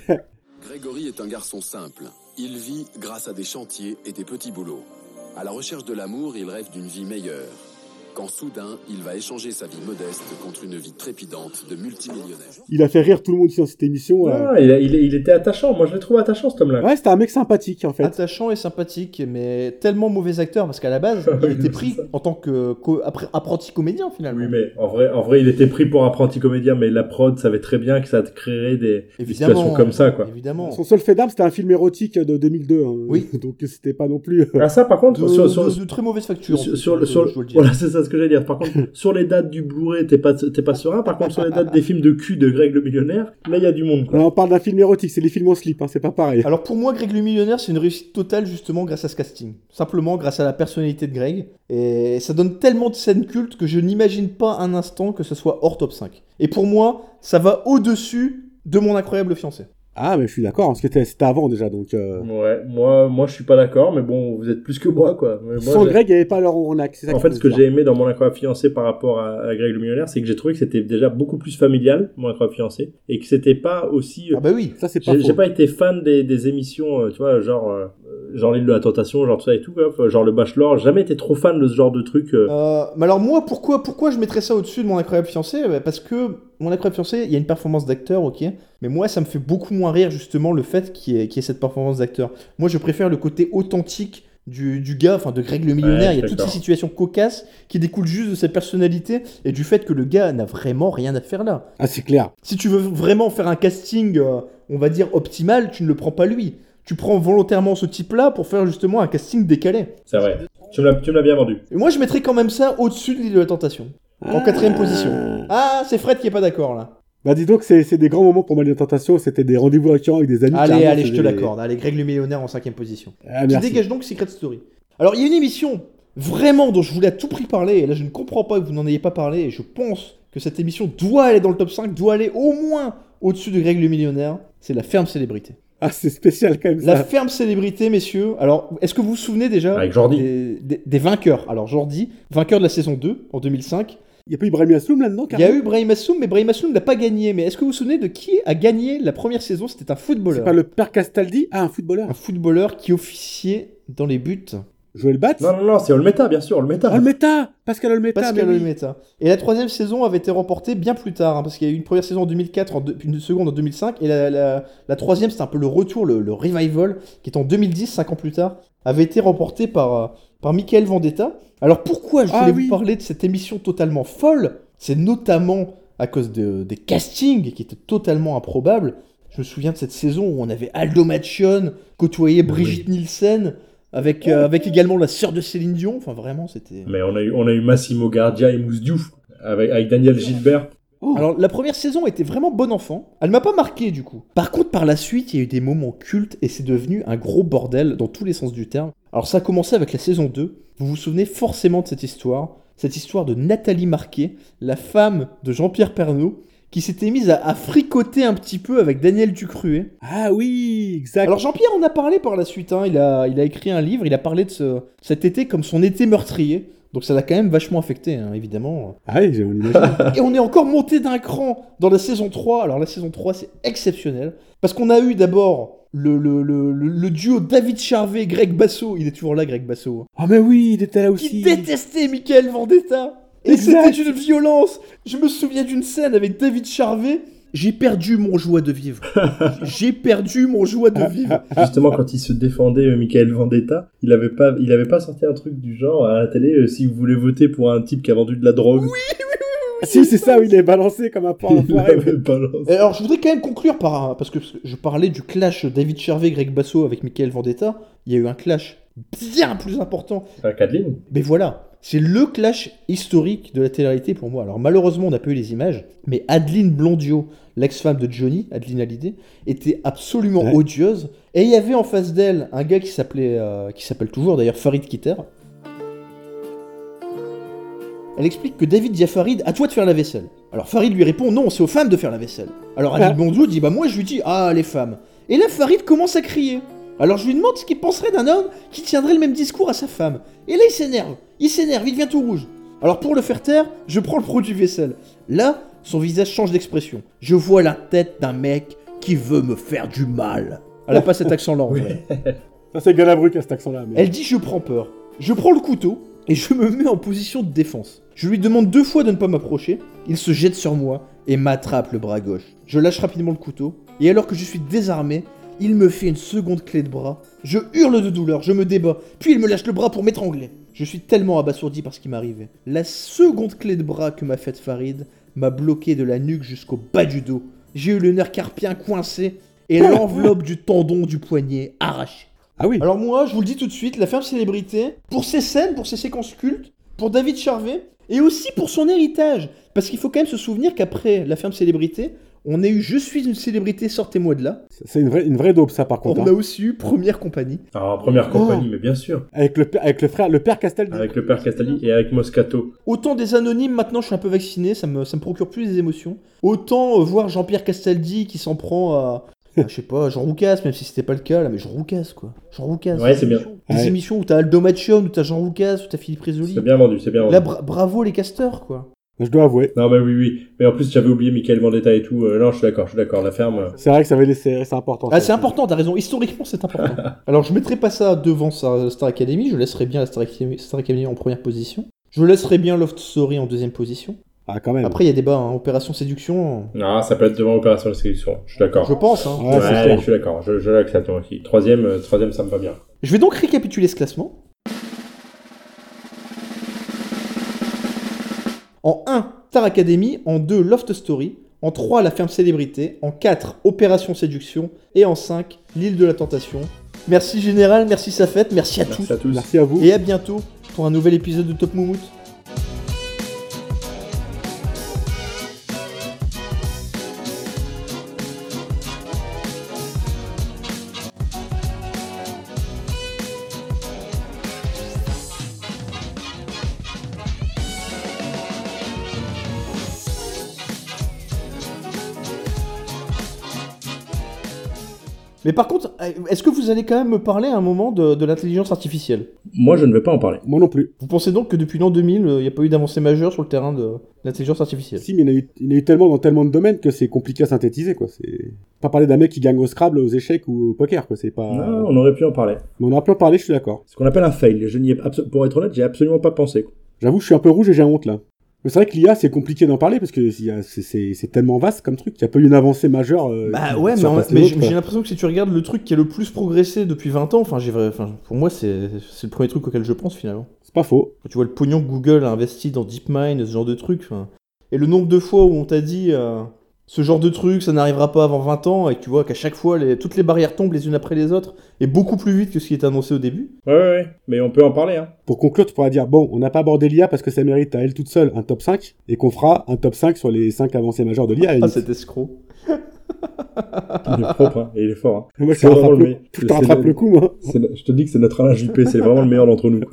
Grégory est un garçon simple. Il vit grâce à des chantiers et des petits boulots. À la recherche de l'amour, il rêve d'une vie meilleure. Quand soudain, il va échanger sa vie modeste contre une vie trépidante de multimillionnaire. Il a fait rire tout le monde dans cette émission. Ah, il était attachant. Moi, je l'ai trouvé attachant, cet homme-là. Ouais, c'était un mec sympathique, en fait. Attachant et sympathique, mais tellement mauvais acteur, parce qu'à la base, il était pris en tant qu'apprenti comédien, finalement. Oui, mais en vrai, il était pris pour apprenti comédien, mais la prod savait très bien que ça créerait des situations comme ça, quoi. Évidemment. Son seul fait d'arme, c'était un film érotique de 2002. Hein. Oui. Donc, c'était pas non plus... Ah, ça, par contre... de très mauvaise facture. Voilà, c'est ça ce que j'allais dire. Par contre, sur les dates du Blu-ray, t'es pas serein. Par contre, sur les dates des films de cul de Greg le millionnaire, là, il y a du monde, quoi. Là, on parle d'un film érotique, c'est les films en slip, hein, c'est pas pareil. Alors pour moi, Greg le millionnaire, c'est une réussite totale justement grâce à ce casting. Simplement grâce à la personnalité de Greg. Et ça donne tellement de scènes cultes que je n'imagine pas un instant que ce soit hors top 5. Et pour moi, ça va au-dessus de Mon incroyable fiancé. Ah, mais je suis d'accord, parce que c'était avant déjà, donc... Ouais, moi je suis pas d'accord, mais bon, vous êtes plus que moi, quoi. Mais moi, sans Greg, il n'y avait pas Laurent Ournac, c'est ça. En fait, ce que j'ai aimé dans Mon incroyable fiancé par rapport à Greg le millionnaire, c'est que j'ai trouvé que c'était déjà beaucoup plus familial, Mon incroyable fiancé, et que c'était pas aussi... Ah bah oui, ça c'est pas J'ai pas été fan des émissions, tu vois, genre l'île de la tentation, genre tout ça et tout, quoi. Genre le Bachelor, j'ai jamais été trop fan de ce genre de truc. Mais alors moi, pourquoi je mettrais ça au-dessus de Mon incroyable fiancé ? Parce que Mon incroyable fiancé, il y a une performance d'acteur, ok, mais moi ça me fait beaucoup moins rire justement le fait qu'il y ait cette performance d'acteur. Moi je préfère le côté authentique du gars, enfin de Greg le millionnaire. Ouais, Il y a toutes ces situations cocasses qui découlent juste de sa personnalité et du fait que le gars n'a vraiment rien à faire là. Ah, c'est clair. Si tu veux vraiment faire un casting, on va dire optimal, tu ne le prends pas lui. Tu prends volontairement ce type-là pour faire justement un casting décalé. C'est vrai. Tu me l'as bien vendu. Et moi, je mettrais quand même ça au-dessus de l'île de la Tentation. En 4ème position. Ah, c'est Fred qui est pas d'accord là. Bah dis donc, c'est des grands moments pour moi, les Tentations. C'était des rendez-vous récurrents avec des amis. Allez, je te l'accorde. Allez, Greg le millionnaire en 5ème position. Ah, Qui merci. dégage donc Secret Story. Alors, il y a une émission vraiment dont je voulais à tout prix parler, et là je ne comprends pas que vous n'en ayez pas parlé, et je pense que cette émission doit aller dans le top 5, doit aller au moins au-dessus de Greg le millionnaire. C'est la ferme célébrité. Ah, c'est spécial quand même ça. La ferme célébrité, messieurs. Alors, est-ce que vous vous souvenez déjà Avec Jordi. des vainqueurs? Alors, Jordi, vainqueur de la saison 2 en 2005. Il n'y a pas eu Brahim Asloum là-dedans, Il y a eu Brahim Asloum, mais Brahim Asloum n'a pas gagné. Mais est-ce que vous vous souvenez de qui a gagné la première saison? C'était un footballeur. C'est pas le père Castaldi? Ah, un footballeur. Un footballeur qui officiait dans les buts. Joël Batz? Non, c'est Olmeta, bien sûr, Olmeta. Olmeta, Pascal Olmeta. Pascal mais oui. Olmeta. Et la 3e saison avait été remportée bien plus tard, parce qu'il y a eu une première saison en 2004, une seconde en 2005, et la 3e, c'était un peu le retour, le revival, qui est en 2010, 5 ans plus tard, avait été remporté par Michael Vendetta. Alors pourquoi je voulais vous parler de cette émission totalement folle? C'est notamment à cause des castings qui étaient totalement improbables. Je me souviens de cette saison où on avait Aldo Macione côtoyer Brigitte Nielsen, avec également la sœur de Céline Dion. Enfin, vraiment, c'était... Mais on a eu Massimo Gardia et Mousse Diouf, avec Daniel Gilbert. Alors, la première saison était vraiment bon enfant. Elle m'a pas marqué, du coup. Par contre, par la suite, il y a eu des moments cultes et c'est devenu un gros bordel dans tous les sens du terme. Alors, ça a commencé avec la saison 2. Vous vous souvenez forcément de cette histoire de Nathalie Marquet, la femme de Jean-Pierre Pernaut, qui s'était mise à fricoter un petit peu avec Daniel Ducruet. Ah oui, exact. Alors Jean-Pierre en a parlé par la suite, hein. Il a écrit un livre, il a parlé de cet été comme son été meurtrier. Donc ça l'a quand même vachement affecté, hein, évidemment. Ah oui, on imagine. Et on est encore monté d'un cran dans la saison 3. Alors la saison 3, c'est exceptionnel. Parce qu'on a eu d'abord le duo David Charvet, Greg Basso. Il est toujours là, Greg Basso. Ah mais oui, il était là aussi. Qui détestait Michael Vendetta. Et c'était une violence. Je me souviens d'une scène avec David Charvet. J'ai perdu mon joie de vivre. J'ai perdu mon joie de vivre. Justement, quand il se défendait, Michael Vendetta, il avait pas sorti un truc du genre à la télé, si vous voulez voter pour un type qui a vendu de la drogue. Oui. Si, c'est ça, où il est balancé comme un porc enfoiré. Alors, je voudrais quand même conclure parce que je parlais du clash David Charvet, Greg Basso avec Michael Vendetta. Il y a eu un clash bien plus important. Avec Adeline. Mais voilà. C'est le clash historique de la télé-réalité pour moi. Alors malheureusement, on n'a pas eu les images, mais Adeline Blondiot, l'ex-femme de Johnny, Adeline Hallyday, était absolument odieuse. Et il y avait en face d'elle un gars qui s'appelle toujours d'ailleurs Farid Kitter. Elle explique que David dit à Farid, à toi de faire la vaisselle. Alors Farid lui répond, non, c'est aux femmes de faire la vaisselle. Alors Adeline Blondiot dit, bah moi je lui dis, ah les femmes. Et là Farid commence à crier. Alors je lui demande ce qu'il penserait d'un homme qui tiendrait le même discours à sa femme. Et là il s'énerve, il devient tout rouge. Alors pour le faire taire, je prends le produit vaisselle. Là, son visage change d'expression. Je vois la tête d'un mec qui veut me faire du mal. Elle a pas cet accent-là en vrai. Ça c'est Galabru qui a cet accent-là. Mais... Elle dit je prends peur. Je prends le couteau et je me mets en position de défense. Je lui demande 2 fois de ne pas m'approcher. Il se jette sur moi et m'attrape le bras gauche. Je lâche rapidement le couteau et alors que je suis désarmé, il me fait une seconde clé de bras. Je hurle de douleur, je me débat, puis il me lâche le bras pour m'étrangler. Je suis tellement abasourdi par ce qui m'arrivait. La seconde clé de bras que m'a faite Farid m'a bloqué de la nuque jusqu'au bas du dos. J'ai eu le nerf carpien coincé et l'enveloppe du tendon du poignet arrachée. Ah oui. Alors moi, je vous le dis tout de suite, la ferme célébrité, pour ses scènes, pour ses séquences cultes, pour David Charvet, et aussi pour son héritage. Parce qu'il faut quand même se souvenir qu'après la ferme célébrité, on a eu Je suis une célébrité, sortez-moi de là. C'est une vraie daube, ça, par contre. On a aussi eu Première compagnie. Ah, Première compagnie, mais bien sûr. Avec le père Castaldi. Avec le père Castaldi et avec Moscato. Autant des anonymes, maintenant je suis un peu vacciné, ça me procure plus des émotions. Autant voir Jean-Pierre Castaldi qui s'en prend à je sais pas, Jean Roucas, même si c'était pas le cas, là, mais Jean Roucas, quoi. Jean Roucas. Ouais, c'est bien. Des émissions où t'as Aldo Macione, où t'as Jean Roucas, où t'as Philippe Risoli. C'est bien vendu, c'est bien vendu. Là, bravo les casteurs, quoi. Je dois avouer. Non, bah oui. Mais en plus, j'avais oublié Michael Vendetta et tout. Non, je suis d'accord. La ferme. C'est vrai que ça avait laissé, c'est important. Ah, c'est important, t'as raison. Historiquement, c'est important. Alors, je mettrai pas ça devant Star Academy. Je laisserai bien la Star Academy en première position. Je laisserai bien Love Story en deuxième position. Ah, quand même. Après, il y a débat, hein. Opération Séduction. Non, ça peut être devant Opération Séduction. Je suis d'accord. Je pense, hein. Ouais, je suis d'accord. Je l'accepte moi aussi. Troisième, ça me va bien. Je vais donc récapituler ce classement. En 1, Star Academy. En 2, Loft Story. En 3, La Ferme Célébrité. En 4, Opération Séduction. Et en 5, L'Île de la Tentation. Merci Général, merci Safet, merci à tous. Merci à vous. Et à bientôt pour un nouvel épisode de Top Moumout. Mais par contre, est-ce que vous allez quand même me parler à un moment de l'intelligence artificielle ? Moi, je ne vais pas en parler. Moi non plus. Vous pensez donc que depuis l'an 2000, il n'y a pas eu d'avancée majeure sur le terrain de l'intelligence artificielle ? Si, mais il y en a eu tellement dans tellement de domaines que c'est compliqué à synthétiser, quoi. C'est pas parler d'un mec qui gagne au Scrabble, aux échecs ou au poker, quoi. C'est pas... Non, on aurait pu en parler. Mais on aurait pu en parler, je suis d'accord. Ce qu'on appelle un fail. Pour être honnête, j'y ai absolument pas pensé, quoi. J'avoue, je suis un peu rouge et j'ai honte, là. Mais c'est vrai que l'IA, c'est compliqué d'en parler parce que c'est tellement vaste comme truc qu'il n'y a pas eu une avancée majeure. Bah ouais, mais j'ai l'impression que si tu regardes le truc qui a le plus progressé depuis 20 ans, pour moi, c'est le premier truc auquel je pense finalement. C'est pas faux. Quand tu vois le pognon que Google a investi dans DeepMind, ce genre de truc, et le nombre de fois où on t'a dit ce genre de truc, ça n'arrivera pas avant 20 ans, et que tu vois qu'à chaque fois, toutes les barrières tombent les unes après les autres, et beaucoup plus vite que ce qui était annoncé au début. Ouais, mais on peut en parler, hein. Pour conclure, tu pourras dire, bon, on n'a pas abordé l'IA parce que ça mérite à elle toute seule un top 5, et qu'on fera un top 5 sur les 5 avancées majeures de l'IA. Ah, cet escroc. Il est propre, hein, et il est fort. Hein. Moi, je te rattrape le coup, moi. Je te dis que c'est notre Alain Juppé, c'est vraiment le meilleur d'entre nous.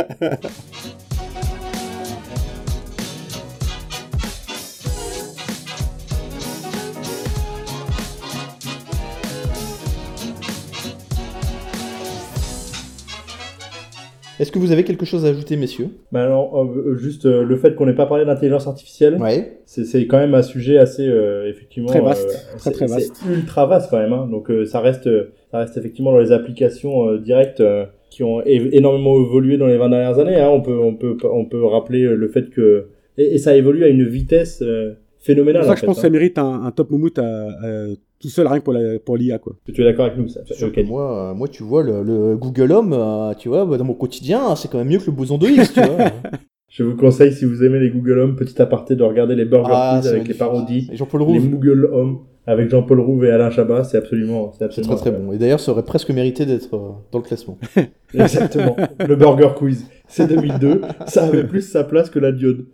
Est-ce que vous avez quelque chose à ajouter, messieurs ? Bah alors, juste le fait qu'on n'ait pas parlé d'intelligence artificielle, ouais. c'est quand même un sujet assez, effectivement... Très vaste, très vaste. C'est ultra vaste quand même, hein. Donc ça reste effectivement dans les applications directes qui ont énormément évolué dans les 20 dernières années, hein. On peut rappeler le fait que... Et ça évolue à une vitesse phénoménale. C'est pour ça que je pense que ça mérite un top moumout tout seul, rien que pour l'IA, quoi. Tu es d'accord avec nous, ça? Moi, tu vois, le Google Home, tu vois, dans mon quotidien, c'est quand même mieux que le boson de X, tu vois. Je vous conseille, si vous aimez les Google Home, petit aparté, de regarder les Burger Quiz avec les parodies. Jean-Paul Rouve. Les Google Home avec Jean-Paul Rouve et Alain Chabat, c'est absolument très très bon. Et d'ailleurs, ça aurait presque mérité d'être dans le classement. Exactement. Le Burger Quiz, c'est 2002, ça avait plus sa place que la diode.